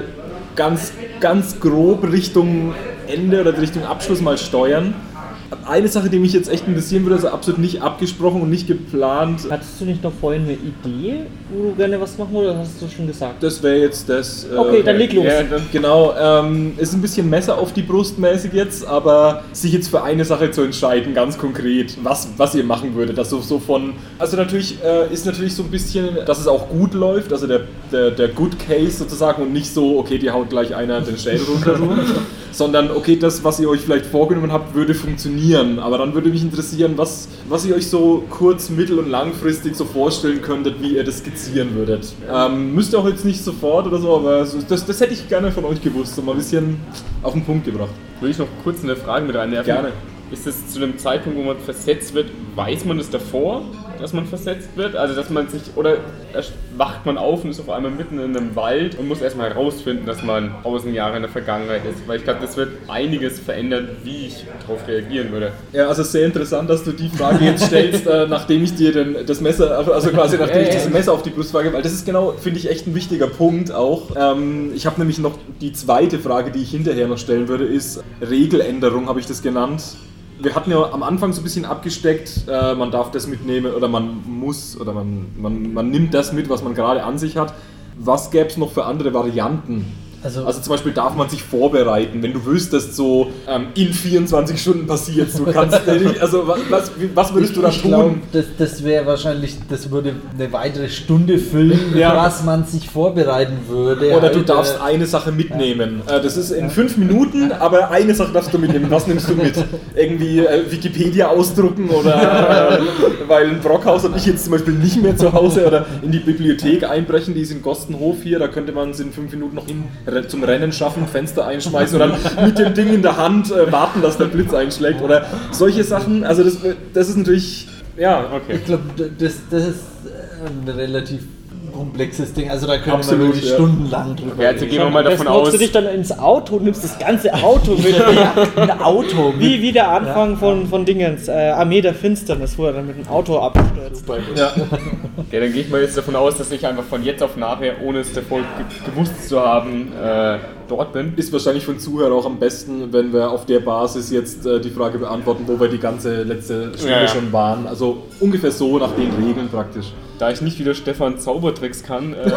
ganz grob Richtung Ende oder Richtung Abschluss mal steuern. Eine Sache, die mich jetzt echt interessieren würde, also absolut nicht abgesprochen und nicht geplant. Hattest du nicht noch vorhin eine Idee, wo du gerne was machen wolltest, oder hast du schon gesagt? Das wäre jetzt das. Okay, dann leg los. Ja, genau, ist ein bisschen Messer auf die Brust mäßig jetzt, aber sich jetzt für eine Sache zu entscheiden, ganz konkret, was ihr machen würdet. Also so von. Also natürlich ist natürlich so ein bisschen, dass es auch gut läuft, also der Good Case sozusagen und nicht so, okay, die haut gleich einer den Schädel runter, sondern okay, das, was ihr euch vielleicht vorgenommen habt, würde funktionieren. Aber dann würde mich interessieren, was ihr euch so kurz-, mittel- und langfristig so vorstellen könntet, wie ihr das skizzieren würdet. Müsst ihr auch jetzt nicht sofort oder so, aber das hätte ich gerne von euch gewusst, so mal ein bisschen auf den Punkt gebracht. Würde ich noch kurz eine Frage mit reinwerfen? Gerne. Ist es zu dem Zeitpunkt, wo man versetzt wird, weiß man es davor, dass man versetzt wird? Also dass man sich, oder wacht man auf und ist auf einmal mitten in einem Wald und muss erstmal herausfinden, dass man 1000 Jahre in der Vergangenheit ist? Weil ich glaube, das wird einiges verändern, wie ich darauf reagieren würde. Ja, also sehr interessant, dass du die Frage jetzt stellst, nachdem ich dir das Messer, also quasi nachdem ich das Messer auf die Brust frage, weil das ist genau, finde ich, echt ein wichtiger Punkt auch. Ich habe nämlich noch die zweite Frage, die ich hinterher noch stellen würde, ist Regeländerung, habe ich das genannt. Wir hatten ja am Anfang so ein bisschen abgesteckt, man darf das mitnehmen oder man muss oder man nimmt das mit, was man gerade an sich hat. Was gäbe es noch für andere Varianten? Also zum Beispiel darf man sich vorbereiten, wenn du wüsstest, so in 24 Stunden passiert, du kannst nicht, also was würdest du da tun? Glaub, das wäre wahrscheinlich, das würde eine weitere Stunde füllen, was man sich vorbereiten würde. Oder du darfst eine Sache mitnehmen. Das ist in 5 Minuten, aber eine Sache darfst du mitnehmen. Was nimmst du mit? Irgendwie Wikipedia ausdrucken oder weil ein Brockhaus habe ich jetzt zum Beispiel nicht mehr zu Hause oder in die Bibliothek einbrechen, die ist in Gostenhof hier, da könnte man es in 5 Minuten noch zum Rennen schaffen, Fenster einschmeißen und dann mit dem Ding in der Hand warten, dass der Blitz einschlägt oder solche Sachen. Also das ist natürlich, ja. Okay. Ich glaube, das ist ein relativ komplexes Ding, also da können Absolut, wir wirklich stundenlang drüber Ja, also gehen wir mal davon aus. Du dich dann ins Auto und nimmst das ganze Auto mit. ein Auto. Wie der Anfang von Dingens, Armee der Finsternis, wo er dann mit dem Auto abstürzt. Ja. Ja, dann gehe ich mal jetzt davon aus, dass ich einfach von jetzt auf nachher, ohne es davor gewusst zu haben, dort bin. Ist wahrscheinlich für den Zuhörer auch am besten, wenn wir auf der Basis jetzt die Frage beantworten, wo wir die ganze letzte Stunde schon waren. Also ungefähr so nach den Regeln praktisch. Da ich nicht wieder Stefan Zaubertricks kann, ich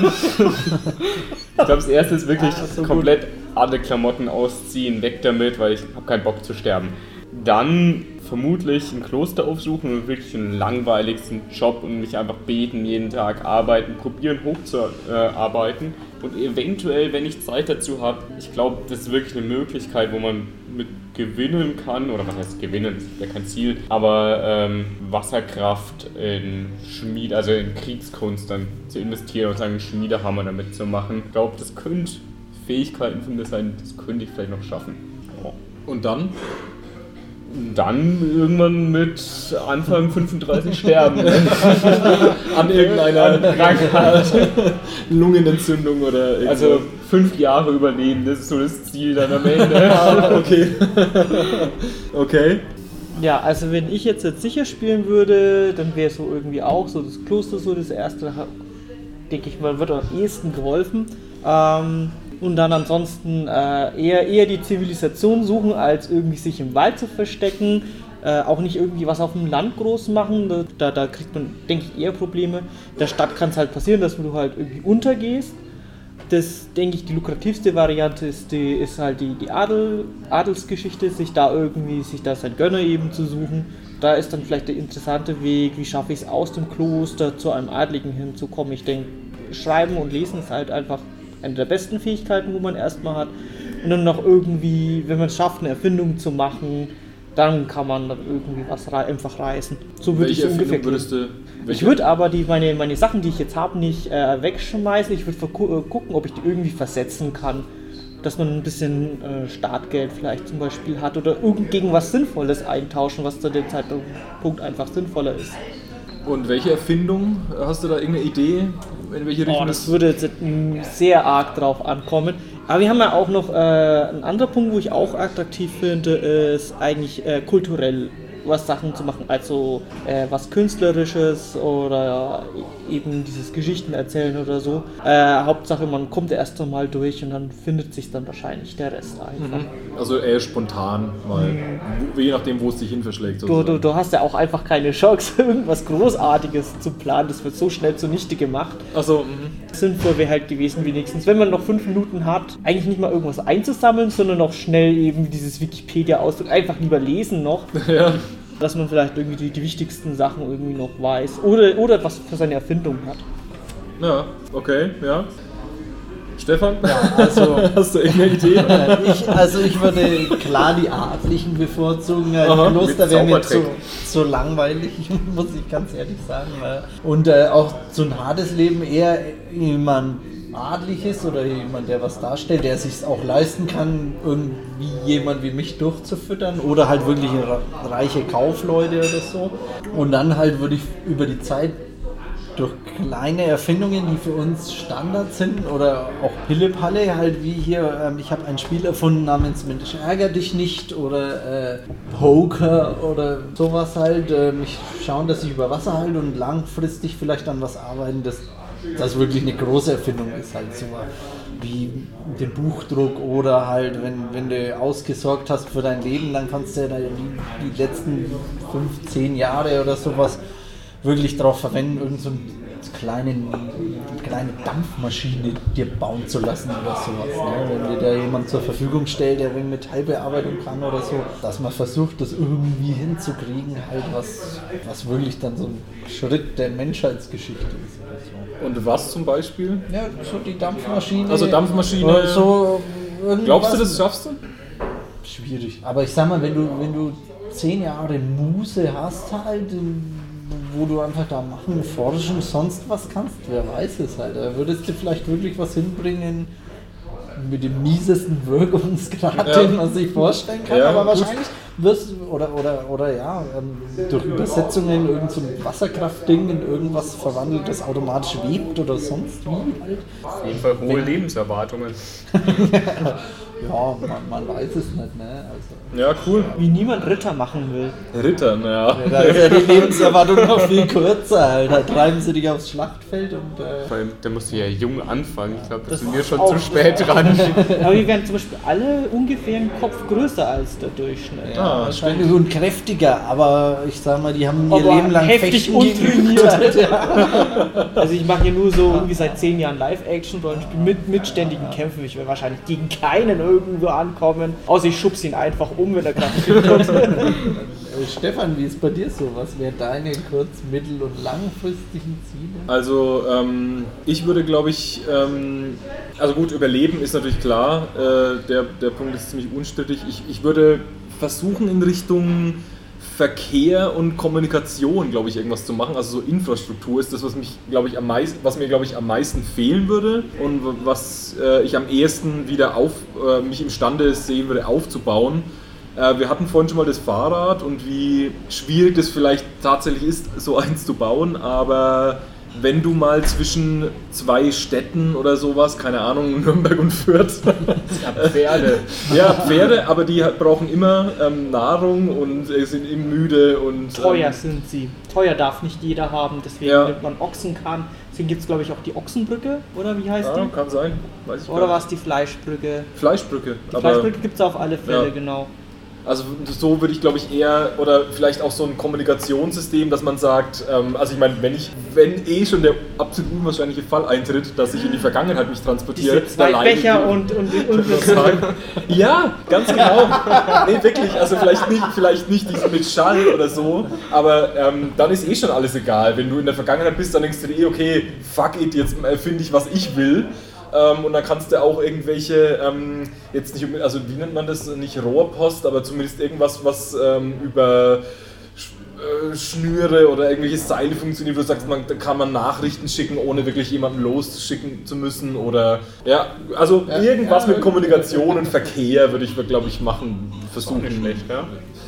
glaube, das erste ist wirklich komplett alle Klamotten ausziehen, weg damit, weil ich habe keinen Bock zu sterben. Dann vermutlich ein Kloster aufsuchen und wirklich einen langweiligsten Job und mich einfach beten, jeden Tag arbeiten, probieren hochzuarbeiten und eventuell, wenn ich Zeit dazu habe, ich glaube, das ist wirklich eine Möglichkeit, wo man mit gewinnen kann, oder was heißt gewinnen, das ist ja kein Ziel, aber Wasserkraft in Schmied, also in Kriegskunst dann zu investieren und einen Schmiedehammer damit zu machen. Ich glaube, das könnte Fähigkeiten von mir sein, das könnte ich vielleicht noch schaffen. Und dann? Dann irgendwann mit Anfang 35 sterben. An irgendeiner Krankheit. Lungenentzündung oder irgendwas. Also 5 Jahre überleben, das ist so das Ziel dann am Ende. Okay. Okay. Ja, also wenn ich jetzt sicher spielen würde, dann wäre so irgendwie auch so das Kloster so das erste, denke ich mal, wird am ehesten geholfen. Und dann ansonsten eher die Zivilisation suchen, als irgendwie sich im Wald zu verstecken. Auch nicht irgendwie was auf dem Land groß machen, da kriegt man, denke ich, eher Probleme. In der Stadt kann es halt passieren, dass du halt irgendwie untergehst. Das, denke ich, die lukrativste Variante ist halt die Adelsgeschichte, sich da sein Gönner eben zu suchen. Da ist dann vielleicht der interessante Weg, wie schaffe ich es aus dem Kloster zu einem Adligen hinzukommen. Ich denke, Schreiben und Lesen ist halt einfach eine der besten Fähigkeiten, wo man erstmal hat. Und dann noch irgendwie, wenn man es schafft, eine Erfindung zu machen, dann kann man dann irgendwie was einfach reißen. So würde ich es ungefähr Ich würde aber meine Sachen, die ich jetzt habe, nicht wegschmeißen. Ich würde gucken, ob ich die irgendwie versetzen kann. Dass man ein bisschen Startgeld vielleicht zum Beispiel hat oder gegen was Sinnvolles eintauschen, was zu dem Zeitpunkt einfach sinnvoller ist. Und welche Erfindung? Hast du da irgendeine Idee? In welche Richtung? Das würde jetzt sehr arg drauf ankommen. Aber wir haben ja auch noch einen anderen Punkt, wo ich auch attraktiv finde, ist eigentlich kulturell was Sachen zu machen, also was Künstlerisches oder eben dieses Geschichten erzählen oder so. Hauptsache man kommt erst einmal durch und dann findet sich dann wahrscheinlich der Rest einfach. Also eher spontan mal, je nachdem wo es dich hin verschlägt. Du hast ja auch einfach keine Chance, irgendwas Großartiges zu planen, das wird so schnell zunichte gemacht. Also Sinnvoll wäre halt gewesen wenigstens, wenn man noch 5 Minuten hat, eigentlich nicht mal irgendwas einzusammeln, sondern noch schnell eben dieses Wikipedia-Ausdruck einfach lieber lesen noch. Ja. Dass man vielleicht irgendwie die wichtigsten Sachen irgendwie noch weiß oder was für seine Erfindung hat. Ja, okay, ja. Stefan? Ja, also hast du irgendeine Idee? Ich würde klar die Adligen bevorzugen. Kloster wäre mir zu langweilig, muss ich ganz ehrlich sagen. Und auch so ein hartes Leben eher jemand Adliges oder jemand, der was darstellt, der es sich auch leisten kann, irgendwie jemand wie mich durchzufüttern oder halt wirklich reiche Kaufleute oder so. Und dann halt würde ich über die Zeit durch kleine Erfindungen, die für uns Standard sind oder auch Pillepalle, halt wie hier, ich habe ein Spiel erfunden namens Mensch, ärger dich nicht oder Poker oder sowas halt, mich schauen, dass ich über Wasser halte und langfristig vielleicht an was arbeiten, das wirklich eine große Erfindung ist, halt so wie den Buchdruck oder halt, wenn du ausgesorgt hast für dein Leben, dann kannst du ja die letzten 5-10 Jahre oder sowas wirklich darauf verwenden, irgend so eine kleine Dampfmaschine dir bauen zu lassen oder sowas. Ne? Wenn dir da jemand zur Verfügung stellt, der wegen Metallbearbeitung kann oder so, dass man versucht, das irgendwie hinzukriegen, halt was wirklich dann so ein Schritt der Menschheitsgeschichte ist. Oder so. Und was zum Beispiel? Ja, so die Dampfmaschine. Also Dampfmaschine. So glaubst du, das schaffst du? Schwierig. Aber ich sag mal, wenn du 10 Jahre Muße hast halt, wo du einfach da machen, forschen, sonst was kannst, wer weiß es halt. Da würdest du vielleicht wirklich was hinbringen mit dem miesesten Wirkungsgrad, den man sich vorstellen kann, aber wahrscheinlich wirst du, oder durch Übersetzungen irgend so ein Wasserkraftding in irgendwas verwandelt, das automatisch webt oder sonst wie halt. Auf jeden Fall hohe Lebenserwartungen. Ja, man weiß es nicht, ne? Also, ja, cool. Wie niemand Ritter machen will. Ritter, ja. Da ist ja die Lebenserwartung noch viel kürzer, halt. Da treiben sie dich aufs Schlachtfeld und... Vor allem, da musst du ja jung anfangen. Ich glaube, das sind wir schon zu spät dran. Aber wir werden zum Beispiel alle ungefähr einen Kopf größer als der Durchschnitt. Ja, wahrscheinlich und kräftiger, aber ich sag mal, die haben ihr Leben lang heftig untrainiert. Also ich mache hier nur so irgendwie seit 10 Jahren Live-Action-Rollenspiel mit ständigen Kämpfen. Ich werde wahrscheinlich gegen keinen irgendwo ankommen, außer ich schubse ihn einfach um, wenn er gerade kommt. Stefan, wie ist bei dir so? Was wären deine kurz-, mittel- und langfristigen Ziele? Also ich würde, glaube ich, also gut, Überleben ist natürlich klar, der Punkt ist ziemlich unstrittig. Ich würde versuchen in Richtung Verkehr und Kommunikation, glaube ich, irgendwas zu machen. Also so Infrastruktur ist das, was mir, glaube ich, am meisten fehlen würde und was ich am ehesten wieder mich imstande sehen würde, aufzubauen. Wir hatten vorhin schon mal das Fahrrad und wie schwierig das vielleicht tatsächlich ist, so eins zu bauen, aber wenn du mal zwischen 2 Städten oder sowas, keine Ahnung, Nürnberg und Fürth. Ja, Pferde. Ja, Pferde, aber die brauchen immer Nahrung und sind immer müde und... Teuer sind sie. Teuer darf nicht jeder haben, deswegen Ja. nimmt man Ochsenkahn. Deswegen gibt es, glaube ich, auch die Ochsenbrücke, oder wie heißt Ja, die? kann sein. Weiß ich Oder gar war nicht. es die Fleischbrücke? Fleischbrücke. Die Fleischbrücke gibt es auf alle Fälle, Ja. genau. Also so würde ich, glaube ich, eher, oder vielleicht auch so ein Kommunikationssystem, dass man sagt, also ich meine, wenn eh schon der absolut unwahrscheinliche Fall eintritt, dass ich in die Vergangenheit mich transportiere, Diese 2 da leiden Becher die- und das Ja, ganz genau. Nee, wirklich, also vielleicht nicht diese mit Schall oder so, aber dann ist eh schon alles egal. Wenn du in der Vergangenheit bist, dann denkst du dir okay, fuck it, jetzt finde ich, was ich will. Und dann kannst du auch irgendwelche, jetzt nicht, also wie nennt man das, nicht Rohrpost, aber zumindest irgendwas, was über Schnüre oder irgendwelche Seile funktioniert, wo du sagst, da kann man Nachrichten schicken, ohne wirklich jemanden losschicken zu müssen oder, ja, also irgendwas mit Kommunikation und Verkehr würde ich, glaube ich, machen, versuchen. Nicht schlecht, ja.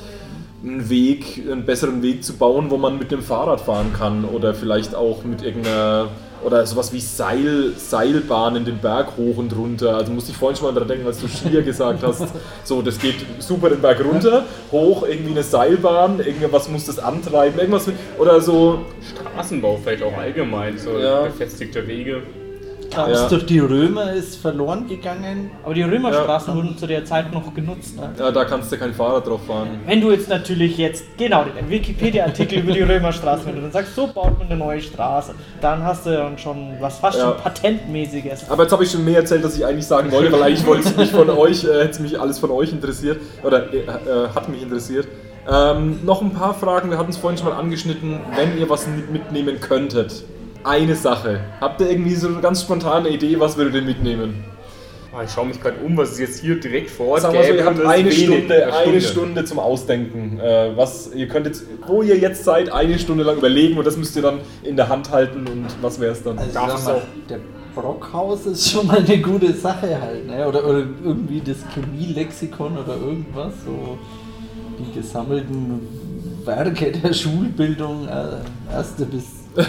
Einen besseren Weg zu bauen, wo man mit dem Fahrrad fahren kann oder vielleicht auch mit irgendeiner, oder sowas wie Seilbahnen den Berg hoch und runter. Also musste ich vorhin schon mal daran denken, als du Skier gesagt hast. So, das geht super den Berg runter, hoch, irgendwie eine Seilbahn, irgendwas muss das antreiben, irgendwas mit, oder so. Straßenbau vielleicht auch allgemein, so Ja. befestigte Wege. Kampf Ja. durch die Römer ist verloren gegangen. Aber die Römerstraßen wurden zu der Zeit noch genutzt. Ne? Ja, da kannst du kein Fahrrad drauf fahren. Wenn du jetzt natürlich genau den Wikipedia-Artikel über die Römerstraßen, wenn du dann sagst, so baut man eine neue Straße, dann hast du dann schon was fast Ja. schon Patentmäßiges. Aber jetzt habe ich schon mehr erzählt, als ich eigentlich sagen wollte, weil eigentlich wollte es mich von euch, hätte es mich alles von euch interessiert, oder hat mich interessiert. Noch ein paar Fragen, wir hatten es vorhin schon mal angeschnitten, wenn ihr was mitnehmen könntet. Eine Sache. Habt ihr irgendwie so eine ganz spontane Idee, was würdet ihr mitnehmen? Ich schaue mich gerade um, was es jetzt hier direkt vor Ort Sagen wir so, ihr und habt das eine ist wenig. Stunde, Stunde zum Ausdenken. Ihr könnt jetzt, wo ihr jetzt seid, eine Stunde lang überlegen und das müsst ihr dann in der Hand halten und was wäre es dann? Also Darf sag es mal, auch. der Brockhaus ist schon mal eine gute Sache halt, ne? Oder irgendwie das Chemielexikon oder irgendwas, so die gesammelten Werke der Schulbildung, erste bis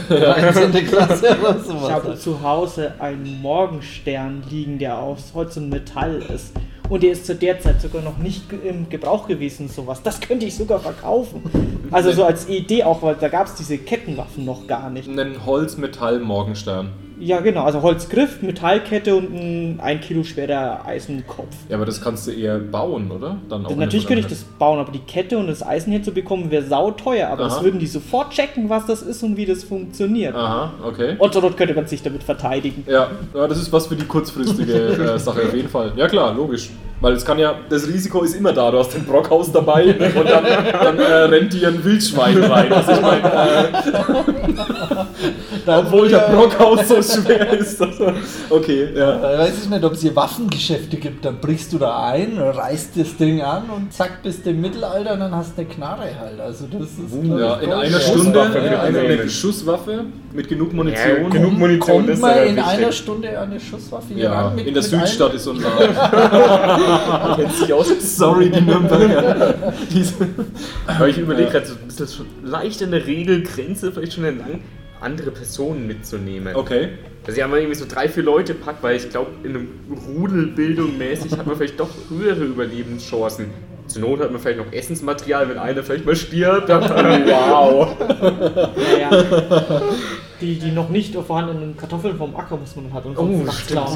13. Klasse oder sowas. Ich habe halt. zu Hause einen Morgenstern liegen, der aus Holz und Metall ist. Und der ist zu der Zeit sogar noch nicht im Gebrauch gewesen, sowas. Das könnte ich sogar verkaufen. Also so als Idee auch, weil da gab es diese Kettenwaffen noch gar nicht. Einen Holz-Metall-Morgenstern. Ja genau, also Holzgriff, Metallkette und ein 1 Kilo schwerer Eisenkopf. Ja, aber das kannst du eher bauen, oder? Dann auch in der Natürlich könnte ich Vergangenheit. das bauen, aber die Kette und das Eisen hier zu bekommen wäre sauteuer. Aber das Aha. würden die sofort checken, was das ist und wie das funktioniert. Aha, okay. Und zur Not könnte man sich damit verteidigen. Ja, das ist was für die kurzfristige Sache auf jeden Fall. Ja klar, logisch. Weil es kann ja, das Risiko ist immer da. Du hast den Brockhaus dabei und dann rennt dir ein Wildschwein rein. Also ich meine, obwohl der Brockhaus so schwer ist. Also, okay, ja. Weiß ich nicht, ob es hier Waffengeschäfte gibt, dann brichst du da ein, reißt das Ding an und zack, bist du im Mittelalter und dann hast du eine Knarre halt. Also das ist glaub Ja, ich, in Gold einer wert. Stunde wieder eine nehmen. Schusswaffe mit genug Ja, Munition. genug Munition Kommt ist man ja in wichtig. einer Stunde eine Schusswaffe hier Ja, ran mit- in der mit Südstadt einem- ist so ein Laden. Kennt sich aus. Sorry, die Nürnberger. Aber ich überlege gerade, so ein bisschen schon leicht an der Regelgrenze, vielleicht schon entlang, andere Personen mitzunehmen. Okay. Dass ich einmal irgendwie so 3, 4 Leute pack, weil ich glaube, in einem Rudelbildung mäßig hat man vielleicht doch höhere Überlebenschancen. Zur Not hat man vielleicht noch Essensmaterial, wenn einer vielleicht mal stirbt. Wow. Naja, die noch nicht vorhandenen Kartoffeln vom Acker muss man halt und sonst nachts klauen.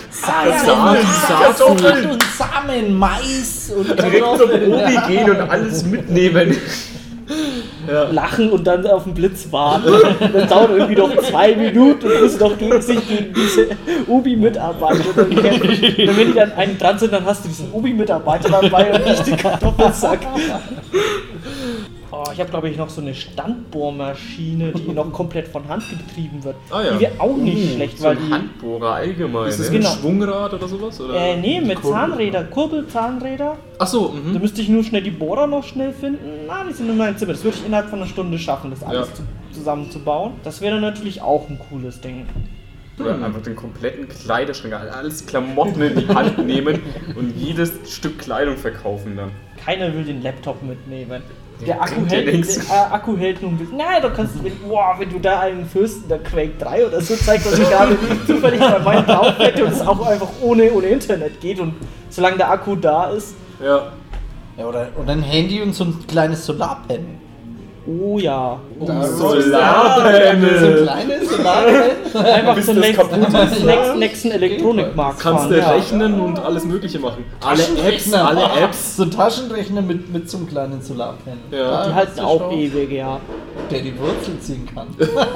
Samen und Samen, Mais und Direkt zum Kartoffeln. Obi gehen und alles mitnehmen. Lachen und dann auf den Blitz warten. Das dauert irgendwie noch 2 Minuten und muss noch gegen diese Ubi-Mitarbeiter kämpfen. Und wenn die dann einen dran sind, dann hast du diesen Ubi-Mitarbeiter dabei und nicht den Kartoffelsack. Oh, ich habe, glaube ich, noch so eine Standbohrmaschine, die noch komplett von Hand getrieben wird. Ah, ja. Die wäre auch nicht schlecht, So weil ein die... Handbohrer allgemein. Ist das ne? ein Genau. Schwungrad oder sowas? Oder? Nee, mit Zahnräder, Kurbelzahnräder. Achso, Da müsste ich nur schnell die Bohrer noch schnell finden. Na, die sind in meinem Zimmer. Das würde ich innerhalb von einer Stunde schaffen, das alles Ja. zusammenzubauen. Das wäre dann natürlich auch ein cooles Ding. Oder einfach den kompletten Kleiderschrank, alles Klamotten in die Hand nehmen und jedes Stück Kleidung verkaufen dann. Keiner will den Laptop mitnehmen. Der Der Akku bringt ja hält, nichts. der Akku hält nur ein bisschen. Nein, du kannst, wenn du da einen Fürsten, der Quake 3 oder so zeigt, was ich gerade zufällig bei meinem drauf hätte und es auch einfach ohne Internet geht und solange der Akku da ist. Ja. Ja, oder ein Handy und so ein kleines Solarpanel. Oh ja. Solarpanel. So ein kleines Solarpanel. Einfach Bis zum das kaputt ist. nächsten Elektronikmarkt Kannst fahren. du Ja. rechnen und alles Mögliche machen. Alle Apps. So ein Taschenrechner mit so einem kleinen Solarpanel. Ja. Die halten auch ewig, ja. Der die Wurzel ziehen kann.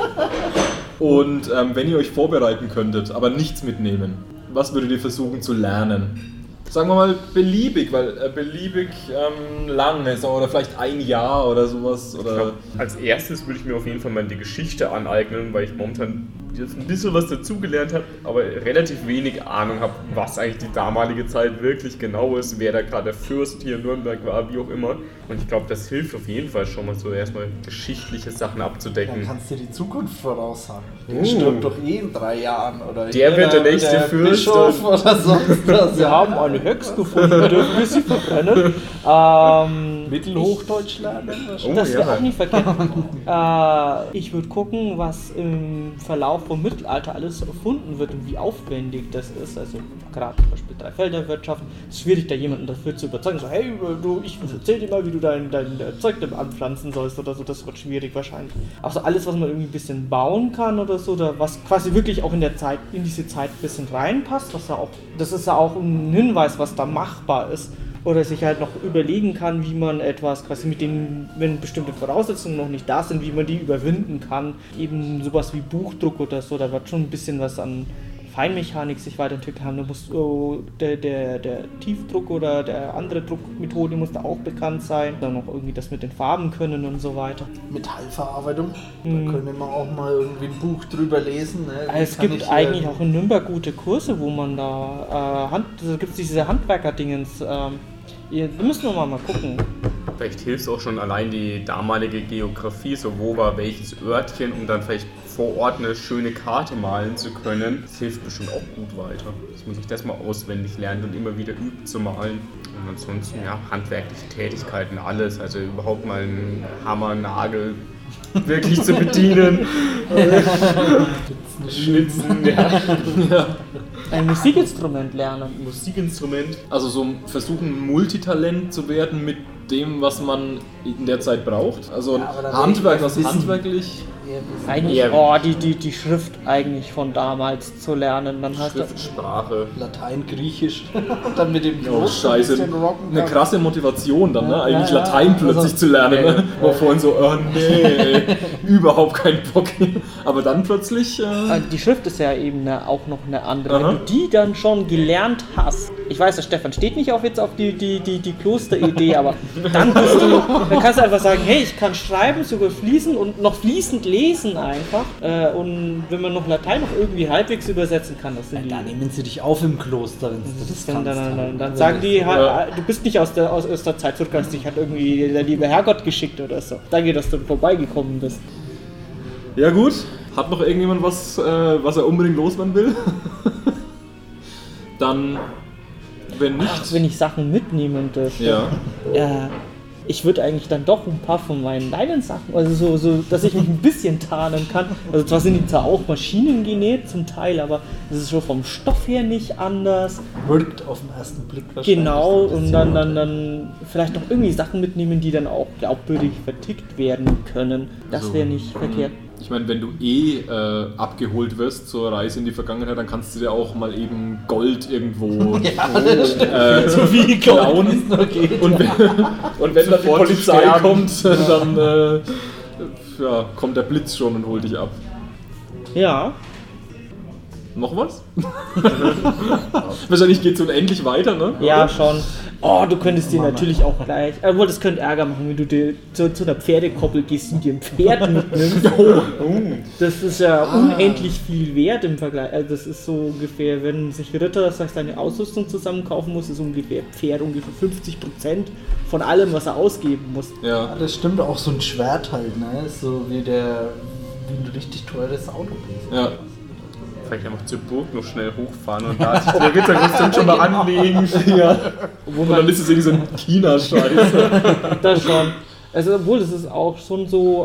Und wenn ihr euch vorbereiten könntet, aber nichts mitnehmen, was würdet ihr versuchen zu lernen? Sagen wir mal beliebig, weil beliebig lang ist, oder vielleicht ein Jahr oder sowas. Oder Als erstes würde ich mir auf jeden Fall mal die Geschichte aneignen, weil ich momentan jetzt ein bisschen was dazugelernt habe, aber relativ wenig Ahnung habe, was eigentlich die damalige Zeit wirklich genau ist, wer da gerade der Fürst hier in Nürnberg war, wie auch immer. Und ich glaube, das hilft auf jeden Fall schon mal so erstmal geschichtliche Sachen Dann abzudecken. kannst du die Zukunft voraussagen. Der stirbt doch eh in 3 Jahren. Oder Der wird der nächste Fürst. Bischof oder sonst was. Wir haben eine Hex gefunden, dürfen wir sie verbrennen. Mittelhochdeutsch lernen wahrscheinlich. Das wäre ja. auch nicht verkehrt. Ich würde gucken, was im Verlauf vom Mittelalter alles erfunden wird und wie aufwendig das ist. Also gerade zum Beispiel Dreifelderwirtschaft. Es ist schwierig, da jemanden dafür zu überzeugen. So, hey, ich erzähl dir mal, wie du dein Zeug anpflanzen sollst oder so. Das wird schwierig wahrscheinlich. Also alles, was man irgendwie ein bisschen bauen kann oder so, oder was quasi wirklich auch in diese Zeit ein bisschen reinpasst, das ist ja auch ein Hinweis, was da machbar ist. Oder sich halt noch überlegen kann, wie man etwas quasi wenn bestimmte Voraussetzungen noch nicht da sind, wie man die überwinden kann. Eben sowas wie Buchdruck oder so, da wird schon ein bisschen was an Feinmechanik sich weiterentwickelt haben. Da muss der Tiefdruck oder der andere Druckmethode muss da auch bekannt sein. Dann noch irgendwie das mit den Farben können und so weiter. Metallverarbeitung. Da können wir auch mal irgendwie ein Buch drüber lesen. Ne? Es gibt eigentlich auch in Nürnberg gute Kurse, wo man da gibt es diese Handwerker-Dingens. Da müssen wir mal gucken. Vielleicht hilft es auch schon allein die damalige Geografie, so wo war welches Örtchen, um dann vielleicht vor Ort eine schöne Karte malen zu können. Das hilft bestimmt auch gut weiter, dass man sich das mal auswendig lernt und immer wieder übt zu malen. Und ansonsten, ja, handwerkliche Tätigkeiten, alles, also überhaupt mal einen Hammer, Nagel wirklich zu bedienen. Schnitzen, ja. Ein Musikinstrument lernen. Musikinstrument. also so versuchen Multitalent zu werden mit dem, was man in der Zeit braucht. Also Ja, aber da Handwerk, will ich was wissen. handwerklich. Eigentlich, Ja. die Schrift eigentlich von damals zu lernen. Dann hast du Schriftsprache. Latein, Griechisch. Und dann mit dem Oh, Kloster scheiße. ein bisschen rocken Eine kann. krasse Motivation dann, ne? Ja, Eigentlich ja, Latein also- plötzlich zu lernen, ne? Wo vorhin so, oh nee, überhaupt keinen Bock. Aber dann plötzlich. Die Schrift ist ja eben auch noch eine andere. Aha. Wenn du die dann schon gelernt hast, ich weiß, der Stefan steht nicht jetzt auf die Klosteridee, aber dann kannst du einfach sagen, hey, ich kann schreiben, sogar fließen und noch fließend lesen einfach. Und wenn man noch Latein noch irgendwie halbwegs übersetzen kann, das sind die. Da nehmen sie dich auf im Kloster, wenn du das kannst. Dann sagen die, du bist nicht aus der Zeit zurück, als dich hat irgendwie der liebe Herrgott geschickt oder so. Danke, dass du vorbeigekommen bist. Ja, gut. Hat noch irgendjemand was er unbedingt loswerden will? Dann, wenn nicht. Wenn ich Sachen mitnehmen dürfte. Ja. Ich würde eigentlich dann doch ein paar von meinen Leinensachen, also so, dass ich mich ein bisschen tarnen kann. Also zwar sind die zwar auch maschinengenäht zum Teil, aber es ist schon vom Stoff her nicht anders. Wirkt auf den ersten Blick wahrscheinlich. Genau, so ein und bisschen. dann vielleicht noch irgendwie Sachen mitnehmen, die dann auch glaubwürdig vertickt werden können. Das wäre nicht verkehrt. Ich meine, wenn du abgeholt wirst zur Reise in die Vergangenheit, dann kannst du dir auch mal eben Gold irgendwo so wie klauen. es nur geht. Und wenn dann die Sofort Polizei sterben. kommt, dann kommt der Blitz schon und holt dich ab. Ja, Noch was? Wahrscheinlich geht es unendlich weiter, ne? ja schon. Oh, du könntest dir natürlich auch gleich, obwohl das könnte Ärger machen, wenn du dir zu einer Pferdekoppel gehst und dir ein Pferd mitnimmst. Das ist ja unendlich viel wert im Vergleich. Also das ist so ungefähr, wenn sich Ritter seine Ausrüstung zusammen kaufen muss, ist ungefähr Pferd ungefähr 50% von allem, was er ausgeben muss. Ja. Ja, das stimmt, auch so ein Schwert halt, ne? So wie ein richtig teures Auto. Ja. vielleicht einfach zur Burg noch schnell hochfahren und da sich die Ritterrüstung schon mal anlegen. Ja. Und dann ist es irgendwie so ein China-Scheiß. Das schon. Also, obwohl es ist auch schon so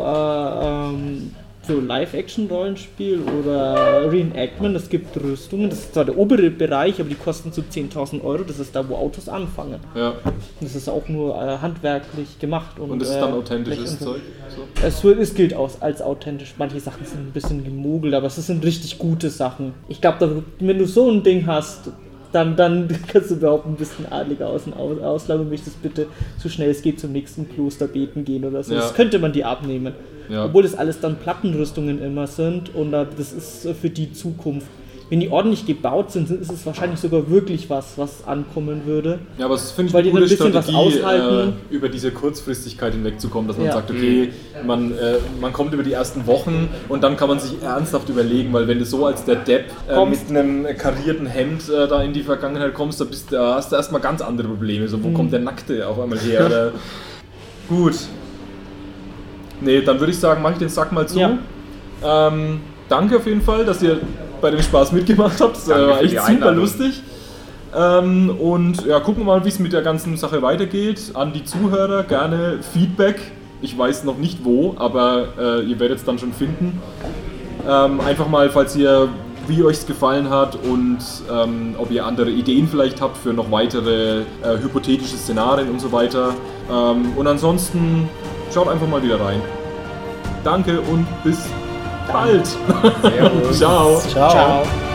Live-Action-Rollenspiel oder Reenactment. Es gibt Rüstungen, das ist zwar der obere Bereich, aber die kosten so 10.000 €. Das ist da, wo Autos anfangen. Ja. Das ist auch nur handwerklich gemacht. Und das ist dann authentisches so. Zeug? So. Es gilt als authentisch. Manche Sachen sind ein bisschen gemogelt, aber es sind richtig gute Sachen. Ich glaube, wenn du so ein Ding hast, dann kannst du überhaupt ein bisschen adliger auslaufen und möchtest bitte so schnell es geht zum nächsten Kloster beten gehen oder so. Ja. Das könnte man dir abnehmen. Ja. Obwohl das alles dann Plattenrüstungen immer sind und das ist für die Zukunft. Wenn die ordentlich gebaut sind, ist es wahrscheinlich sogar wirklich was ankommen würde. Ja, aber es finde ich Weil eine die gute dann ein bisschen was Strategie, aushalten. über diese Kurzfristigkeit hinwegzukommen, dass man Ja. sagt, okay, man kommt über die ersten Wochen und dann kann man sich ernsthaft überlegen, weil wenn du so als der Depp mit einem karierten Hemd da in die Vergangenheit kommst, da hast du erstmal ganz andere Probleme. So, wo kommt der Nackte auf einmal her? Oder? Gut. Nee, dann würde ich sagen, mache ich den Sack mal zu. Ja. Danke auf jeden Fall, dass ihr bei dem Spaß mitgemacht habt. Das Danke war für echt die super Einladung. lustig. Und ja, gucken wir mal, wie es mit der ganzen Sache weitergeht. An die Zuhörer gerne Feedback. Ich weiß noch nicht wo, aber ihr werdet es dann schon finden. Einfach mal, wie euch es gefallen hat und ob ihr andere Ideen vielleicht habt für noch weitere hypothetische Szenarien und so weiter. Und ansonsten schaut einfach mal wieder rein. Danke und bis bald. Servus. Ciao. Ciao. Ciao.